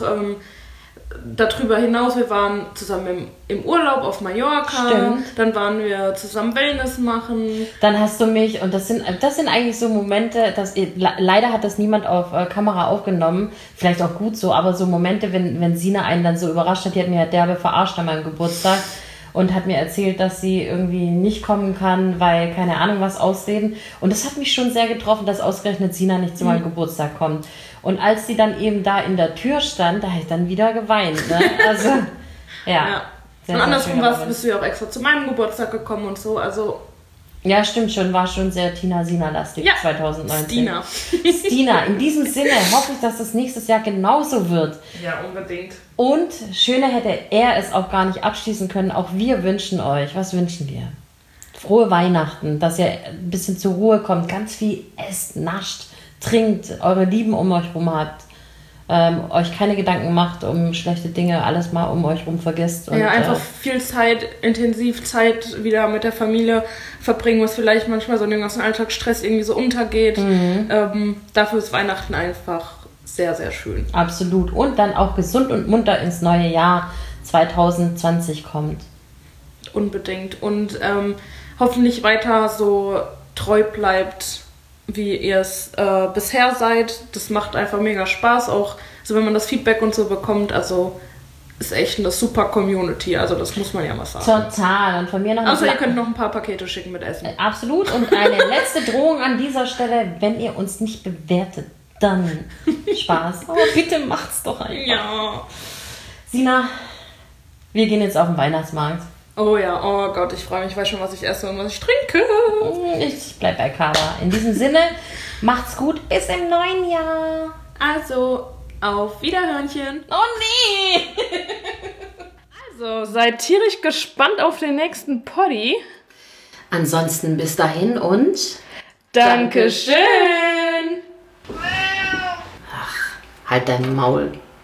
darüber hinaus, wir waren zusammen im Urlaub auf Mallorca. Stimmt. Dann waren wir zusammen Wellness machen. Dann hast du mich, und das sind eigentlich so Momente, leider hat das niemand auf Kamera aufgenommen, vielleicht auch gut so, aber so Momente, wenn Sina einen dann so überrascht hat, die hat mir ja derbe verarscht an meinem Geburtstag und hat mir erzählt, dass sie irgendwie nicht kommen kann, weil keine Ahnung was Ausreden. Und das hat mich schon sehr getroffen, dass ausgerechnet Sina nicht zu meinem Geburtstag kommt. Und als sie dann eben da in der Tür stand, da habe ich dann wieder geweint. Ne? Also, ja. Und andersrum bist du ja auch extra zu meinem Geburtstag gekommen und so, also... Ja, stimmt schon, war schon sehr Tina-Sina-lastig 2019. Stina, in diesem Sinne hoffe ich, dass das nächstes Jahr genauso wird. Ja, unbedingt. Und schöner hätte er es auch gar nicht abschließen können. Auch wir wünschen euch, was wünschen wir? Frohe Weihnachten, dass ihr ein bisschen zur Ruhe kommt, ganz viel esst, nascht, trinkt, eure Lieben um euch rum habt. Euch keine Gedanken macht um schlechte Dinge, alles mal um euch rum vergisst. Und, ja, einfach viel Zeit, intensiv Zeit wieder mit der Familie verbringen, was vielleicht manchmal so in den ganzen Alltagsstress irgendwie so untergeht. Dafür ist Weihnachten einfach sehr, sehr schön. Absolut. Und dann auch gesund und munter ins neue Jahr 2020 kommt. Unbedingt. Und hoffentlich weiter so treu bleibt, wie ihr es bisher seid. Das macht einfach mega Spaß, auch so wenn man das Feedback und so bekommt. Also ist echt eine super Community, also das muss man ja mal sagen. Total. Und von mir noch also ihr könnt noch ein paar Pakete schicken mit Essen. Absolut. Und eine letzte Drohung an dieser Stelle, wenn ihr uns nicht bewertet, dann Spaß. Aber bitte macht's doch einfach. Ja. Sina, wir gehen jetzt auf den Weihnachtsmarkt. Oh ja, oh Gott, ich freue mich, ich weiß schon, was ich esse und was ich trinke. Ich bleib bei Kaba. In diesem Sinne, macht's gut, bis im neuen Jahr. Also, auf Wiederhörnchen. Oh nee! Also, seid tierisch gespannt auf den nächsten Poddy. Ansonsten bis dahin und... Dankeschön! Halt dein Maul.